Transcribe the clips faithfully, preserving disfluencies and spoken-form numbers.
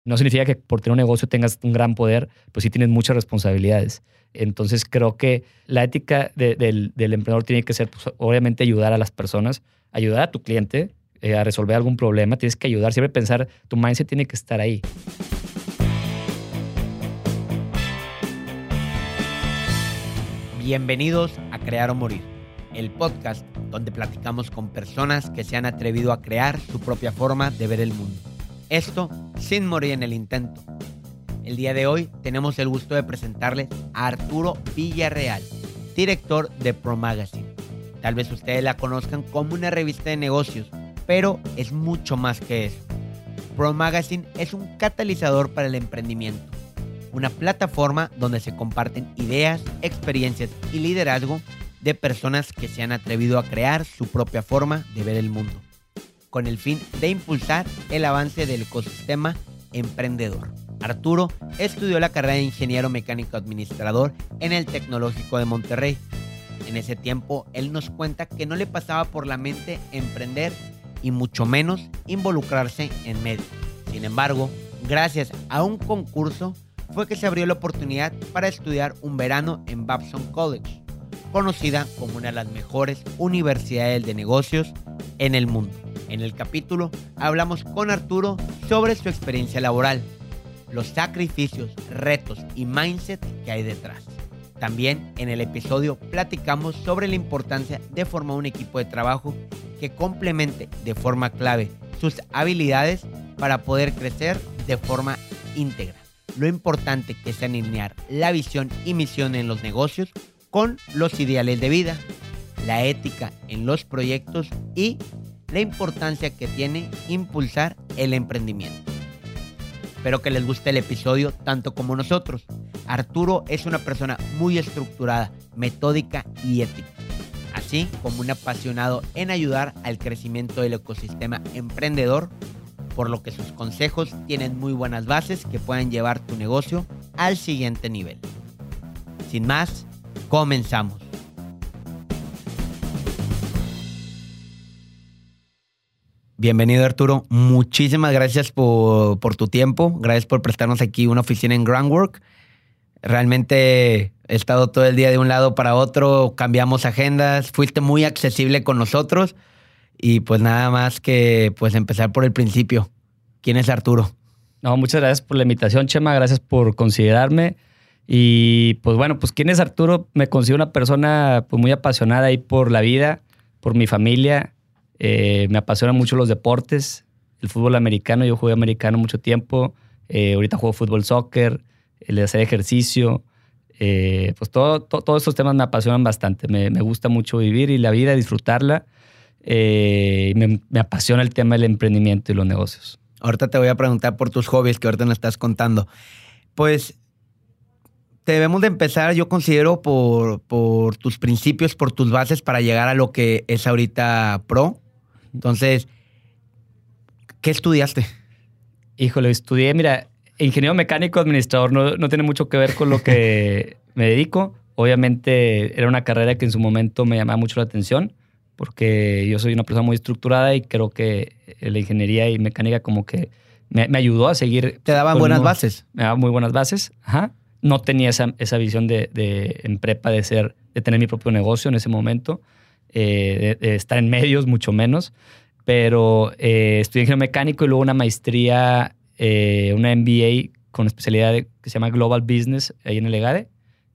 No significa que por tener un negocio tengas un gran poder, pues sí tienes muchas responsabilidades. Entonces creo que la ética de, del, del emprendedor tiene que ser, pues, obviamente, ayudar a las personas, ayudar a tu cliente eh, a resolver algún problema. Tienes que ayudar, siempre pensar, tu mindset tiene que estar ahí. Bienvenidos a Crear o Morir, el podcast donde platicamos con personas que se han atrevido a crear su propia forma de ver el mundo. Esto sin morir en el intento. El día de hoy tenemos el gusto de presentarles a Arturo Villarreal, director de Pro Magazine. Tal vez ustedes la conozcan como una revista de negocios, pero es mucho más que eso. Pro Magazine es un catalizador para el emprendimiento, una plataforma donde se comparten ideas, experiencias y liderazgo de personas que se han atrevido a crear su propia forma de ver el mundo, con el fin de impulsar el avance del ecosistema emprendedor. Arturo estudió la carrera de ingeniero mecánico administrador en el Tecnológico de Monterrey. En ese tiempo, él nos cuenta que no le pasaba por la mente emprender y mucho menos involucrarse en medios. Sin embargo, gracias a un concurso, fue que se abrió la oportunidad para estudiar un verano en Babson College, conocida como una de las mejores universidades de negocios en el mundo. En el capítulo hablamos con Arturo sobre su experiencia laboral, los sacrificios, retos y mindset que hay detrás. También en el episodio platicamos sobre la importancia de formar un equipo de trabajo que complemente de forma clave sus habilidades para poder crecer de forma íntegra. Lo importante que es alinear la visión y misión en los negocios con los ideales de vida, la ética en los proyectos y la importancia que tiene impulsar el emprendimiento. Espero que les guste el episodio tanto como nosotros. Arturo es una persona muy estructurada, metódica y ética, así como un apasionado en ayudar al crecimiento del ecosistema emprendedor, por lo que sus consejos tienen muy buenas bases que pueden llevar tu negocio al siguiente nivel. Sin más, comenzamos. Bienvenido, Arturo. Muchísimas gracias por, por tu tiempo. Gracias por prestarnos aquí una oficina en Groundwork. Realmente he estado todo el día de un lado para otro, cambiamos agendas, fuiste muy accesible con nosotros y pues nada más que pues empezar por el principio. ¿Quién es Arturo? No, muchas gracias por la invitación, Chema. Gracias por considerarme. Y pues bueno, pues ¿quién es Arturo? Me considero una persona pues muy apasionada ahí por la vida, por mi familia. Eh, me apasionan mucho los deportes, el fútbol americano. Yo jugué americano mucho tiempo. Eh, ahorita juego fútbol, soccer, el de hacer ejercicio. Eh, pues todo, todo, todos estos temas me apasionan bastante. Me, me gusta mucho vivir y la vida, disfrutarla. Eh, me, me apasiona el tema del emprendimiento y los negocios. Ahorita te voy a preguntar por tus hobbies que ahorita nos estás contando. Pues debemos de empezar, yo considero, por, por tus principios, por tus bases para llegar a lo que es ahorita Pro. Entonces, ¿qué estudiaste? Híjole, estudié, mira, ingeniero mecánico administrador. No, no tiene mucho que ver con lo que me dedico. Obviamente era una carrera que en su momento me llamaba mucho la atención, porque yo soy una persona muy estructurada y creo que la ingeniería y mecánica como que me, me ayudó a seguir. ¿Te daban buenas uno, bases? Me daban muy buenas bases, ajá. No tenía esa, esa visión de, de, en prepa de, ser, de tener mi propio negocio en ese momento, eh, de, de estar en medios, mucho menos. Pero eh, estudié ingeniero mecánico y luego una maestría, eh, una M B A con especialidad de, que se llama Global Business ahí en el EGADE.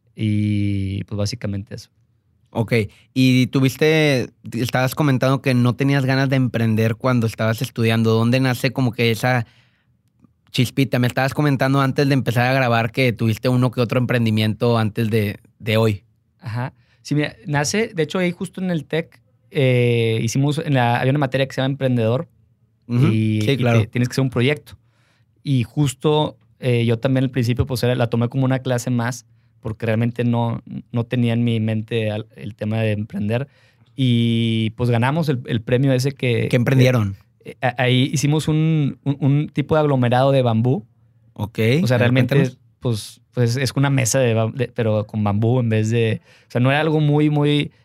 Y pues básicamente eso. Ok, y tuviste, estabas comentando que no tenías ganas de emprender cuando estabas estudiando. ¿Dónde nace como que esa chispita? Me estabas comentando antes de empezar a grabar que tuviste uno que otro emprendimiento antes de, de hoy. Ajá. Sí, mira, nace, de hecho ahí justo en el TEC eh, hicimos, en la, había una materia que se llama emprendedor. Uh-huh. y, sí, claro. y te, tienes que hacer un proyecto. Y justo eh, yo también al principio pues era, la tomé como una clase más, porque realmente no, no tenía en mi mente el tema de emprender. Y pues ganamos el, el premio ese que... ¿Qué emprendieron? Que, eh, ahí hicimos un, un, un tipo de aglomerado de bambú. Ok. O sea, realmente pues, pues es una mesa, de, de, pero con bambú en vez de... O sea, no era algo muy, muy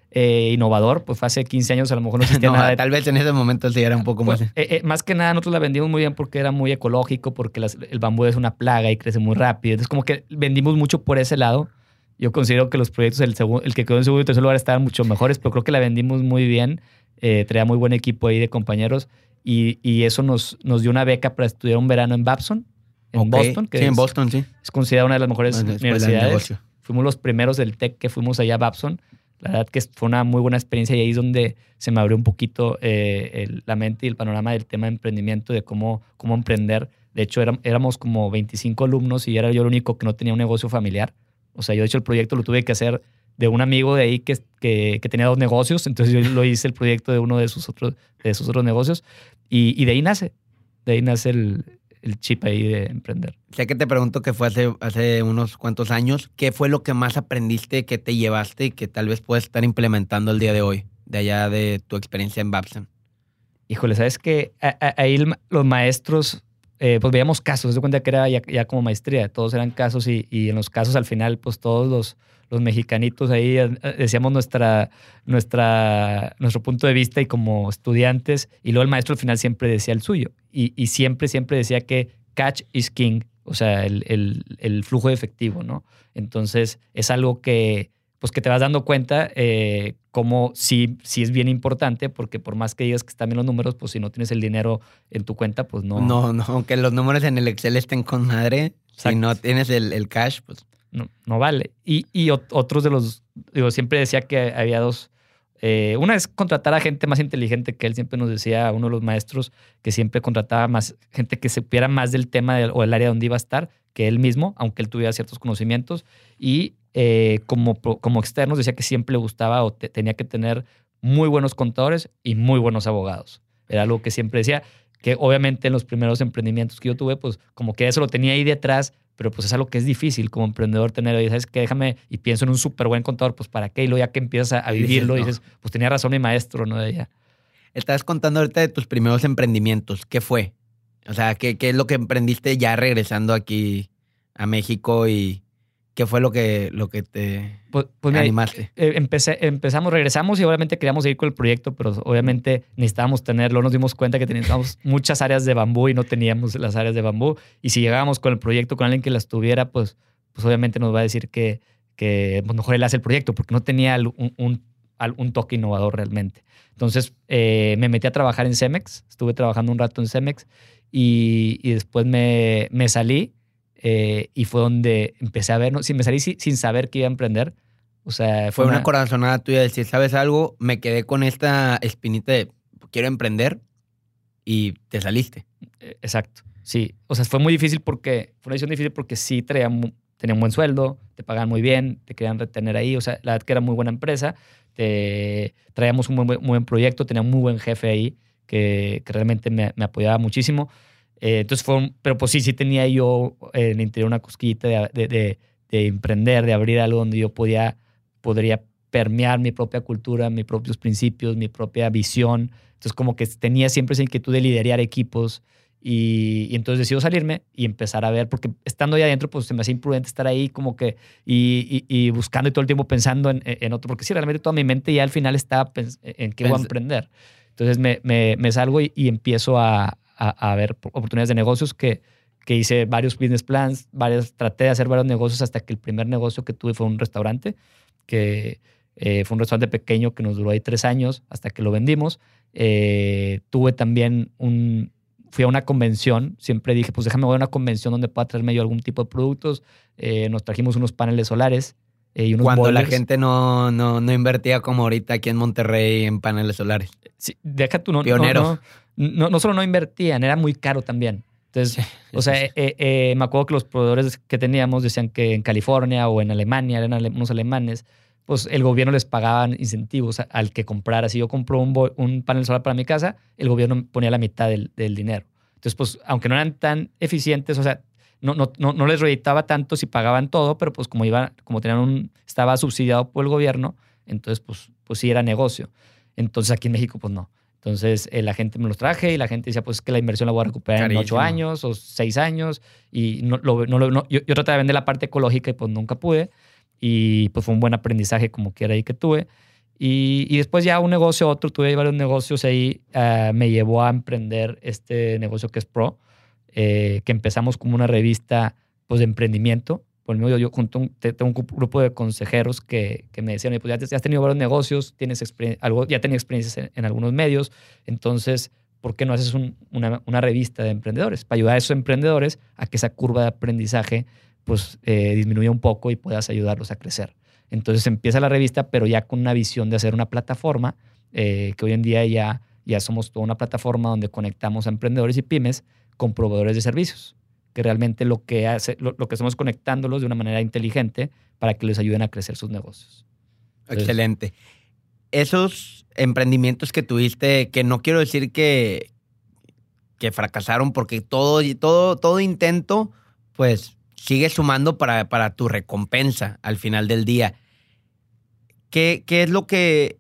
eh, innovador, pues fue hace quince años, a lo mejor no existía no, nada. De... Tal vez en ese momento sí era un poco pues, más. Eh, eh, más que nada nosotros la vendimos muy bien porque era muy ecológico, porque las, el bambú es una plaga y crece muy rápido. Entonces como que vendimos mucho por ese lado. Yo considero que los proyectos, el, segundo, el que quedó en segundo y tercer lugar estaban mucho mejores, pero creo que la vendimos muy bien. Eh, traía muy buen equipo ahí de compañeros y, y eso nos, nos dio una beca para estudiar un verano en Babson, en okay. Boston. Que sí, es, en Boston, sí. Es considerada una de las mejores bueno, universidades. Fuimos los primeros del Tec que fuimos allá a Babson. La verdad que fue una muy buena experiencia y ahí es donde se me abrió un poquito eh, el, la mente y el panorama del tema de emprendimiento, de cómo, cómo emprender. De hecho, era, éramos como veinticinco alumnos y era yo el único que no tenía un negocio familiar. O sea, yo de hecho el proyecto lo tuve que hacer de un amigo de ahí que, que, que tenía dos negocios. Entonces yo lo hice el proyecto de uno de sus otros, de sus otros negocios y, y de ahí nace. De ahí nace el, el chip ahí de emprender. Sé que te pregunto que fue hace, hace unos cuantos años. ¿Qué fue lo que más aprendiste, que te llevaste y que tal vez puedes estar implementando el día de hoy, de allá de tu experiencia en Babson? Híjole, ¿sabes qué? Ahí los maestros, eh, pues veíamos casos. Se cuenta que era ya, ya como maestría. Todos eran casos y, y en los casos al final, pues todos los, los mexicanitos ahí decíamos nuestra, nuestra, nuestro punto de vista y como estudiantes. Y luego el maestro al final siempre decía el suyo. Y, y siempre, siempre decía que catch is king. O sea, el, el, el flujo de efectivo, ¿no? Entonces, es algo que, pues que te vas dando cuenta eh, como sí, sí es bien importante, porque por más que digas que están bien los números, pues si no tienes el dinero en tu cuenta, pues no. No, no, aunque los números en el Excel estén con madre, exacto. Si no tienes el, el cash, pues... No, no vale. Y, y otros de los, digo, siempre decía que había dos. Eh, una es contratar a gente más inteligente que él. Siempre nos decía uno de los maestros que siempre contrataba más gente que supiera más del tema del, o el área donde iba a estar que él mismo, aunque él tuviera ciertos conocimientos. Y eh, como, como externos decía que siempre le gustaba o te, tenía que tener muy buenos contadores y muy buenos abogados. Era algo que siempre decía, que obviamente en los primeros emprendimientos que yo tuve, pues como que eso lo tenía ahí detrás, pero pues es algo que es difícil como emprendedor tener. Oye, ¿sabes qué? Déjame y pienso en un súper buen contador, pues ¿para qué? Y luego ya que empiezas a, a vivirlo, dices, no. dices, pues tenía razón mi maestro, ¿no? De ella. Estabas contando ahorita de tus primeros emprendimientos. ¿Qué fue? O sea, ¿qué, qué es lo que emprendiste ya regresando aquí a México y qué fue lo que, lo que te pues, pues mira, animaste? Eh, empecé, empezamos, regresamos y obviamente queríamos seguir con el proyecto, pero obviamente necesitábamos tenerlo. Nos dimos cuenta que teníamos muchas áreas de bambú y no teníamos las áreas de bambú. Y si llegábamos con el proyecto con alguien que las tuviera, pues, pues obviamente nos va a decir que, que pues mejor él hace el proyecto porque no tenía un, un, un toque innovador realmente. Entonces eh, me metí a trabajar en Cemex. Estuve trabajando un rato en Cemex y, y después me, me salí. Eh, y fue donde empecé a ver, ¿no? Si me salí sin, sin saber que iba a emprender. O sea, fue, fue una, una corazonada tuya de decir, ¿sabes algo? Me quedé con esta espinita de quiero emprender y te saliste. Exacto, sí. O sea, fue muy difícil porque, fue una decisión difícil porque sí traía, tenía un buen sueldo, te pagaban muy bien, te querían retener ahí. O sea, la verdad que era muy buena empresa, te, traíamos un muy, muy buen proyecto, tenía un muy buen jefe ahí que, que realmente me, me apoyaba muchísimo. Eh, entonces fue un, pero pues sí, sí tenía yo en el interior una cosquillita de, de, de, de emprender, de abrir algo donde yo podía, podría permear mi propia cultura, mis propios principios, mi propia visión. Entonces como que tenía siempre esa inquietud de liderar equipos y, y entonces decidí salirme y empezar a ver, porque estando ahí adentro pues se me hacía imprudente estar ahí como que y, y, y buscando y todo el tiempo pensando en, en otro, porque sí, realmente toda mi mente ya al final estaba en qué voy a emprender. Entonces me, me, me salgo y, y empiezo a A, a ver oportunidades de negocios que, que hice varios business plans, varios, traté de hacer varios negocios hasta que el primer negocio que tuve fue un restaurante, que eh, fue un restaurante pequeño que nos duró ahí tres años hasta que lo vendimos. Eh, tuve también un... Fui a una convención, siempre dije, pues déjame voy a una convención donde pueda traerme yo algún tipo de productos. Eh, nos trajimos unos paneles solares eh, y unos Cuando boilers. La gente no, no, no invertía como ahorita aquí en Monterrey en paneles solares. Sí, deja tú, no, Pionero. No, no, No, no solo no invertían, era muy caro también. Entonces, o sea, eh, eh, me acuerdo que los proveedores que teníamos decían que en California o en Alemania, eran ale- unos alemanes, pues el gobierno les pagaban incentivos a- al que comprara. Si yo compro un, bo- un panel solar para mi casa, el gobierno ponía la mitad del, del dinero. Entonces, pues, aunque no eran tan eficientes, o sea, no, no, no, no les reeditaba tanto si pagaban todo, pero pues como iba, como tenían un, estaba subsidiado por el gobierno, entonces, pues, pues sí era negocio. Entonces, aquí en México, pues no. Entonces, eh, la gente me los traje y la gente decía, pues es que la inversión la voy a recuperar Carísimo. en ocho años o seis años. Y no, lo, no, lo, no, yo, yo traté de vender la parte ecológica y pues nunca pude. Y pues fue un buen aprendizaje como quiera ahí que tuve. Y, y después ya un negocio, otro, tuve varios negocios ahí, uh, me llevó a emprender este negocio que es Pro, eh, que empezamos como una revista pues, de emprendimiento. Por el medio, yo junto un, tengo un grupo de consejeros que, que me decían, pues ya, te, ya has tenido varios negocios, tienes algo, ya tenías experiencias en, en algunos medios, entonces, ¿por qué no haces un, una, una revista de emprendedores? Para ayudar a esos emprendedores a que esa curva de aprendizaje pues, eh, disminuya un poco y puedas ayudarlos a crecer. Entonces empieza la revista, pero ya con una visión de hacer una plataforma, eh, que hoy en día ya, ya somos toda una plataforma donde conectamos a emprendedores y pymes con proveedores de servicios, que realmente lo que, hace, lo, lo que estamos conectándolos de una manera inteligente para que les ayuden a crecer sus negocios. Entonces, excelente. Esos emprendimientos que tuviste, que no quiero decir que, que fracasaron, porque todo, todo, todo intento, pues, sigue sumando para, para tu recompensa al final del día. ¿Qué, qué es lo que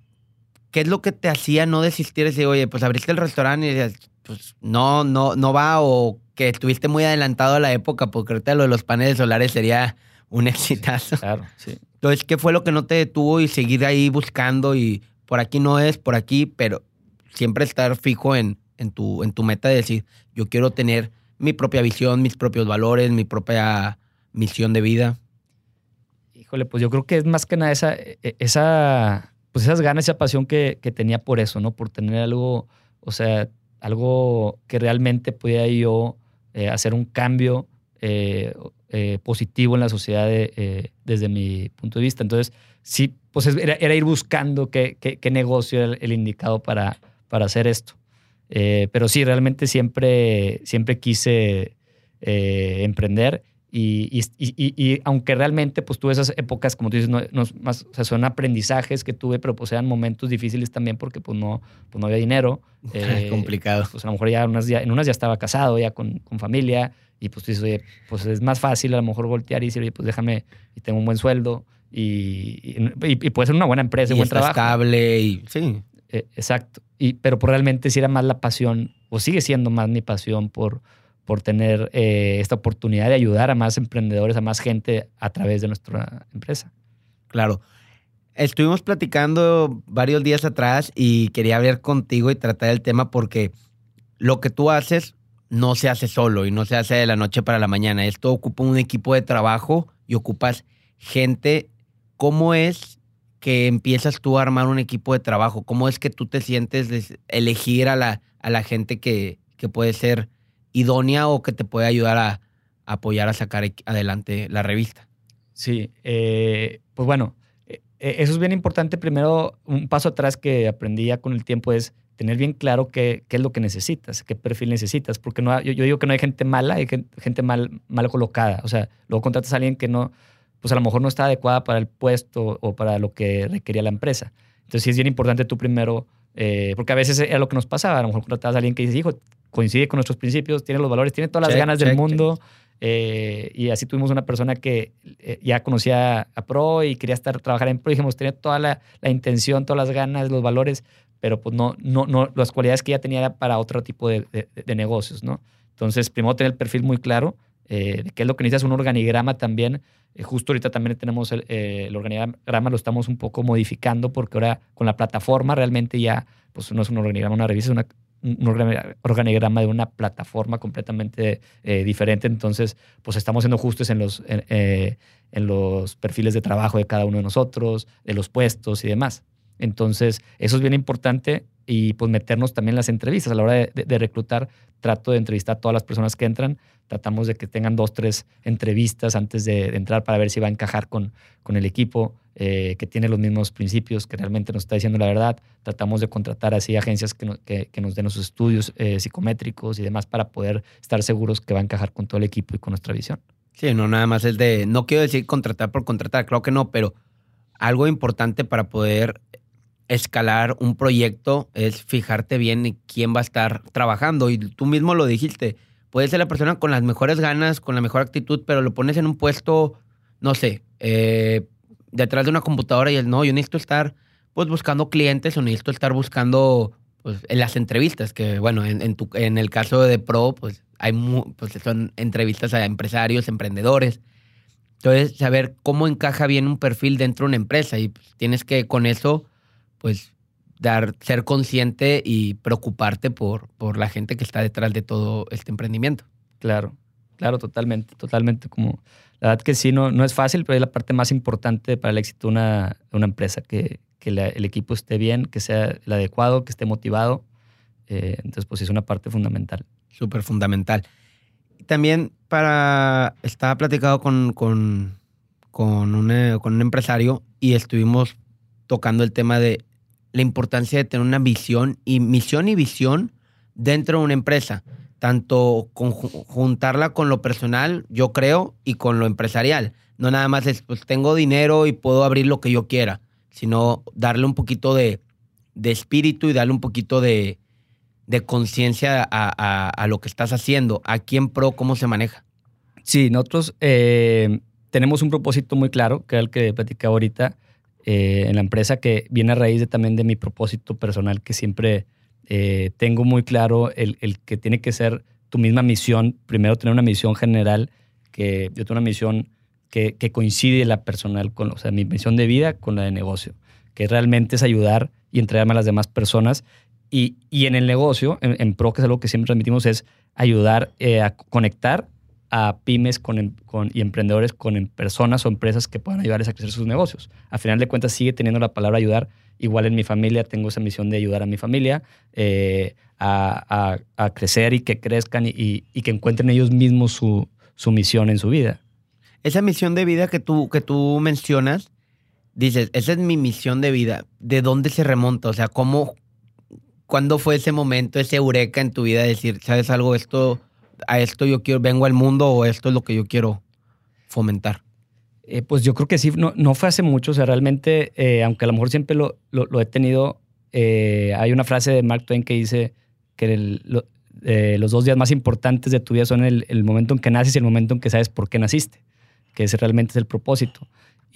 qué es lo que te hacía no desistir? Decir, oye, pues abriste el restaurante y decías, pues no, no, no va, o que estuviste muy adelantado a la época, porque ahorita lo de los paneles solares sería un exitazo. Sí, claro, sí. Entonces, ¿qué fue lo que no te detuvo y seguir ahí buscando y por aquí no es, por aquí, pero siempre estar fijo en, en, tu, en tu meta de decir, yo quiero tener mi propia visión, mis propios valores, mi propia misión de vida? Híjole, pues yo creo que es más que nada esa, esa, pues esas ganas, esa pasión que, que tenía por eso, ¿no? Por tener algo, o sea, algo que realmente pudiera yo eh, hacer un cambio eh, eh, positivo en la sociedad de, eh, desde mi punto de vista. Entonces, sí, pues era, era ir buscando qué, qué, qué negocio era el, el indicado para, para hacer esto. Eh, pero sí, realmente siempre, siempre quise eh, emprender y, y, y, y aunque realmente pues tuve esas épocas, como tú dices, no, no, más, o sea, son aprendizajes que tuve, pero pues eran momentos difíciles también porque pues no, pues no había dinero. Eh, complicado. Pues a lo mejor ya, unas, ya en unas ya estaba casado, ya con, con familia, y pues tú dices, oye, pues es más fácil a lo mejor voltear y decir, oye, pues déjame, y tengo un buen sueldo y, y, y puede ser una buena empresa, un buen trabajo. Estable y sí. Eh, exacto. Y, pero pues realmente sí era más la pasión, o sigue siendo más mi pasión por, por tener eh, esta oportunidad de ayudar a más emprendedores, a más gente a través de nuestra empresa. Claro. Estuvimos platicando varios días atrás y quería hablar contigo y tratar el tema porque lo que tú haces no se hace solo y no se hace de la noche para la mañana. Esto ocupa un equipo de trabajo y ocupas gente. ¿Cómo es que empiezas tú a armar un equipo de trabajo? ¿Cómo es que tú te sientes de elegir a la, a la gente que, que puede ser idónea o que te puede ayudar a, a apoyar a sacar adelante la revista? Sí, eh, pues bueno, eh, eso es bien importante. Primero, un paso atrás que aprendí ya con el tiempo es tener bien claro qué, qué es lo que necesitas, qué perfil necesitas, porque no, yo, yo digo que no hay gente mala, hay gente, gente mal, mal colocada. O sea, luego contratas a alguien que no, pues a lo mejor no está adecuada para el puesto o para lo que requería la empresa. Entonces sí es bien importante tú primero, eh, porque a veces era lo que nos pasaba, a lo mejor contratabas a alguien que dice, hijo, coincide con nuestros principios, tiene los valores, tiene todas las check, ganas check, del mundo. Check. Eh, y así tuvimos una persona que eh, ya conocía a Pro y quería estar trabajar en Pro. Dijimos, tenía toda la, la intención, todas las ganas, los valores, pero pues no, no, no, las cualidades que ella tenía era para otro tipo de, de, de negocios, ¿no? Entonces, primero tener el perfil muy claro eh, de qué es lo que necesitas, un organigrama también. Eh, justo ahorita también tenemos el, eh, el organigrama, lo estamos un poco modificando porque ahora con la plataforma realmente ya pues no es un organigrama, una revista, es una un organigrama de una plataforma completamente eh, diferente. Entonces, pues estamos siendo justos en los, en, eh, en los perfiles de trabajo de cada uno de nosotros, de los puestos y demás. Entonces, eso es bien importante y pues meternos también en las entrevistas. A la hora de, de, de reclutar, trato de entrevistar a todas las personas que entran. Tratamos de que tengan dos, tres entrevistas antes de, de entrar para ver si va a encajar con, con el equipo, eh, que tiene los mismos principios, que realmente nos está diciendo la verdad. Tratamos de contratar así agencias que, no, que, que nos den los estudios eh, psicométricos y demás para poder estar seguros que va a encajar con todo el equipo y con nuestra visión. Sí, no nada más es de, no quiero decir contratar por contratar, creo que no, pero algo importante para poder escalar un proyecto es fijarte bien en quién va a estar trabajando. Y tú mismo lo dijiste, puede ser la persona con las mejores ganas, con la mejor actitud, pero lo pones en un puesto, no sé, eh, detrás de una computadora y el no, yo necesito estar pues buscando clientes o necesito estar buscando pues en las entrevistas, que bueno, en, en, tu, en el caso de Pro, pues hay mu, pues son entrevistas a empresarios, emprendedores. Entonces, saber cómo encaja bien un perfil dentro de una empresa y pues, tienes que con eso, pues, dar, ser consciente y preocuparte por, por la gente que está detrás de todo este emprendimiento. Claro, claro, totalmente, totalmente. Como, la verdad que sí, no, no es fácil, pero es la parte más importante para el éxito de una, de una empresa, que, que la, el equipo esté bien, que sea el adecuado, que esté motivado. Eh, entonces, pues sí, es una parte fundamental. Súper fundamental. También para, estaba platicado con, con, con, un, con un empresario y estuvimos tocando el tema de la importancia de tener una visión y misión y visión dentro de una empresa. Tanto con, juntarla con lo personal, yo creo, y con lo empresarial. No nada más es, pues tengo dinero y puedo abrir lo que yo quiera, sino darle un poquito de, de espíritu y darle un poquito de, de conciencia a, a, a lo que estás haciendo. Aquí en Pro, ¿cómo se maneja? Sí, nosotros eh, tenemos un propósito muy claro, que es el que platicaba ahorita eh, en la empresa, que viene a raíz de, también de mi propósito personal, que siempre eh, tengo muy claro el, el que tiene que ser tu misma misión. Primero, tener una misión general, que yo tengo una misión que, que coincide la personal, con, o sea, mi misión de vida con la de negocio, que realmente es ayudar y entregarme a las demás personas. Y, y en el negocio, en, en Pro, que es algo que siempre transmitimos, es ayudar eh, a conectar a pymes con, con, y emprendedores con en personas o empresas que puedan ayudarles a crecer sus negocios. A final de cuentas, sigue teniendo la palabra ayudar. Igual en mi familia tengo esa misión de ayudar a mi familia eh, a, a, a crecer y que crezcan y, y, y que encuentren ellos mismos su, su misión en su vida. Esa misión de vida que tú, que tú mencionas, dices, esa es mi misión de vida. ¿De dónde se remonta? O sea, ¿cómo, cuándo fue ese momento, ese eureka en tu vida de decir, ¿sabes algo? Esto, a esto yo quiero, vengo al mundo o esto es lo que yo quiero fomentar. Eh, pues yo creo que sí, no, no fue hace mucho. O sea, realmente, eh, aunque a lo mejor siempre lo, lo, lo he tenido, eh, hay una frase de Mark Twain que dice que el, lo, eh, los dos días más importantes de tu vida son el, el momento en que naces y el momento en que sabes por qué naciste, que ese realmente es el propósito.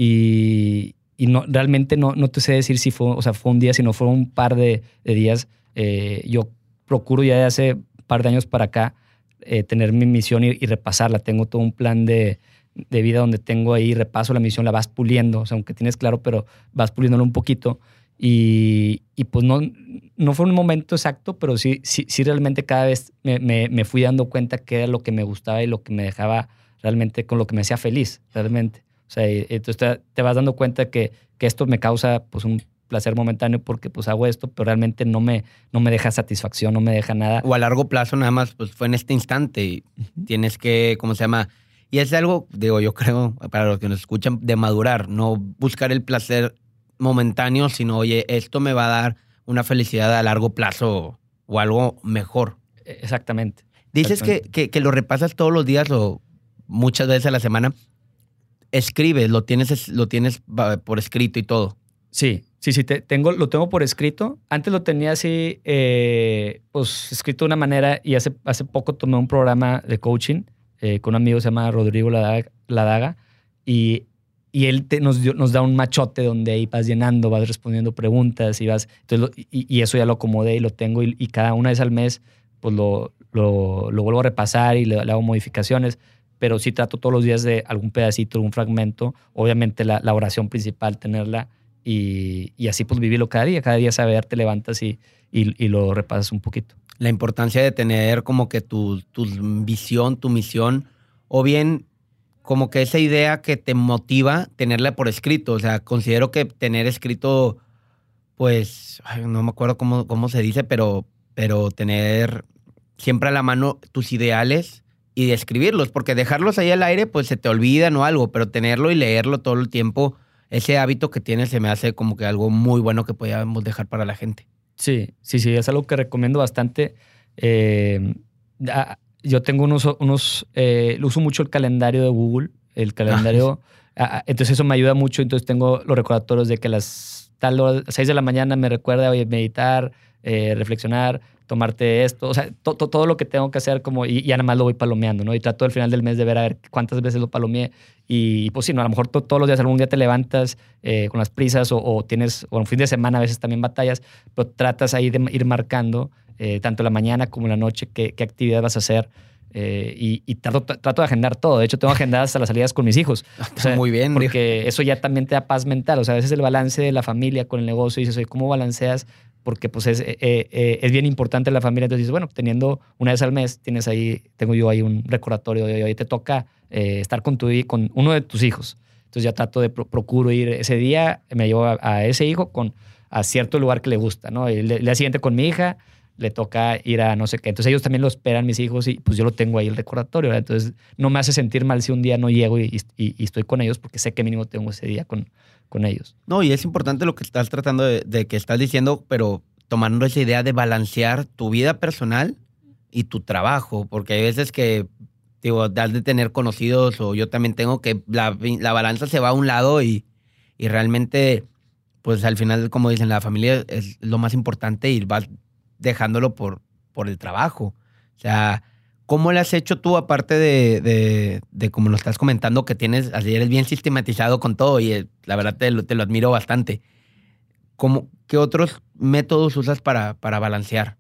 Y, y no, realmente no, no te sé decir si fue, o sea, fue un día, sino fue un par de, de días. Eh, yo procuro ya de hace un par de años para acá eh, tener mi misión y, y repasarla. Tengo todo un plan de de vida donde tengo ahí, repaso la misión, la vas puliendo, o sea, aunque tienes claro, pero vas puliéndolo un poquito. Y, y pues no, no fue un momento exacto, pero sí, sí, sí realmente cada vez me, me, me fui dando cuenta que era lo que me gustaba y lo que me dejaba realmente, con lo que me hacía feliz, realmente. O sea, y, entonces te, te vas dando cuenta que, que esto me causa pues un placer momentáneo porque pues hago esto, pero realmente no me, no me deja satisfacción, no me deja nada. O a largo plazo nada más, pues fue en este instante y uh-huh. Tienes que, ¿cómo se llama? Y es algo, digo, yo creo, para los que nos escuchan, de madurar, no buscar el placer momentáneo, sino, oye, esto me va a dar una felicidad a largo plazo o algo mejor. Exactamente. Dices Exactamente. Que, que, que lo repasas todos los días o muchas veces a la semana. Escribes, lo tienes, lo tienes por escrito y todo. Sí, sí, sí, te, tengo, lo tengo por escrito. Antes lo tenía así, eh, pues escrito de una manera y hace, hace poco tomé un programa de coaching Eh, con un amigo que se llama Rodrigo Ladaga, Ladaga y, y él te, nos, dio, nos da un machote donde ahí vas llenando, vas respondiendo preguntas y vas, entonces lo, y, y eso ya lo acomodé y lo tengo y, y cada una vez al mes pues lo, lo, lo vuelvo a repasar y le, le hago modificaciones, pero sí trato todos los días de algún pedacito, algún fragmento, obviamente la, la oración principal, tenerla y, y así pues vivirlo cada día, cada día saber, te levantas y, y, y lo repasas un poquito. La importancia de tener como que tu, tu visión, tu misión, o bien como que esa idea que te motiva tenerla por escrito. O sea, considero que tener escrito, pues, ay, no me acuerdo cómo, cómo se dice, pero, pero tener siempre a la mano tus ideales y de escribirlos, porque dejarlos ahí al aire, pues se te olvidan o algo, pero tenerlo y leerlo todo el tiempo, ese hábito que tienes se me hace como que algo muy bueno que podíamos dejar para la gente. Sí, sí, sí, es algo que recomiendo bastante. Eh, yo tengo unos, unos eh, uso mucho el calendario de Google, el calendario, ah, entonces eso me ayuda mucho, entonces tengo los recordatorios de que a las tal hora, seis de la mañana me recuerda, oye, meditar, eh, reflexionar, tomarte esto, o sea, to, to, todo lo que tengo que hacer como, y, y ya nada más lo voy palomeando, ¿no? Y trato al final del mes de ver a ver cuántas veces lo palomeé y pues sí, no, a lo mejor to, todos los días, algún día te levantas eh, con las prisas o, o tienes, o en fin de semana a veces también batallas, pero tratas ahí de ir marcando eh, tanto la mañana como la noche qué, qué actividad vas a hacer Eh, y y trato, trato de agendar todo. De hecho, tengo agendadas hasta las salidas con mis hijos. O sea, muy bien. Porque eso ya también te da paz mental. O sea, a veces el balance de la familia con el negocio, y dices, oye, ¿cómo balanceas? Porque pues es, eh, eh, es bien importante la familia. Entonces dices, bueno, teniendo una vez al mes, tienes ahí, tengo yo ahí un recordatorio de hoy te toca eh, estar con, tu, con uno de tus hijos. Entonces ya trato de, pro, procuro ir ese día, me llevo a, a ese hijo con, a cierto lugar que le gusta, ¿no? El, el día siguiente con mi hija, le toca ir a no sé qué. Entonces ellos también lo esperan, mis hijos, y pues yo lo tengo ahí el recordatorio, ¿verdad? Entonces no me hace sentir mal si un día no llego y, y, y estoy con ellos porque sé que mínimo tengo ese día con, con ellos. No, y es importante lo que estás tratando de, de que estás diciendo, pero tomando esa idea de balancear tu vida personal y tu trabajo, porque hay veces que, digo, has de tener conocidos, o yo también tengo, que la, la balanza se va a un lado y, y realmente, pues al final, como dicen, la familia es lo más importante y vas dejándolo por, por el trabajo. O sea, ¿cómo le has hecho tú, aparte de, de, de como lo estás comentando, que tienes, así eres bien sistematizado con todo y eh, la verdad te lo, te lo admiro bastante? ¿Cómo, ¿Qué otros métodos usas para, para balancear?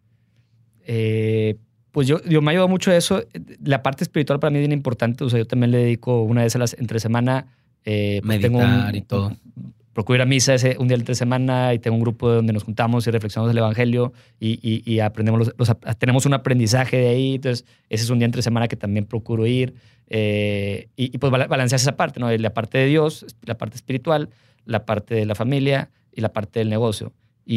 Eh, pues yo, yo me ayudo mucho a eso. La parte espiritual para mí es bien importante. O sea, yo también le dedico una vez a las entre semana. Eh, pues Meditar tengo un, y todo. Un, procuro ir a misa ese, un día entre semana, y tengo un grupo donde nos juntamos y reflexionamos el evangelio y, y, y aprendemos los, los, tenemos un aprendizaje de ahí. Entonces, ese es un día entre semana que también procuro ir. Eh, y, y pues balanceas esa parte, ¿no? La parte de Dios, la parte espiritual, la parte de la familia y la parte del negocio.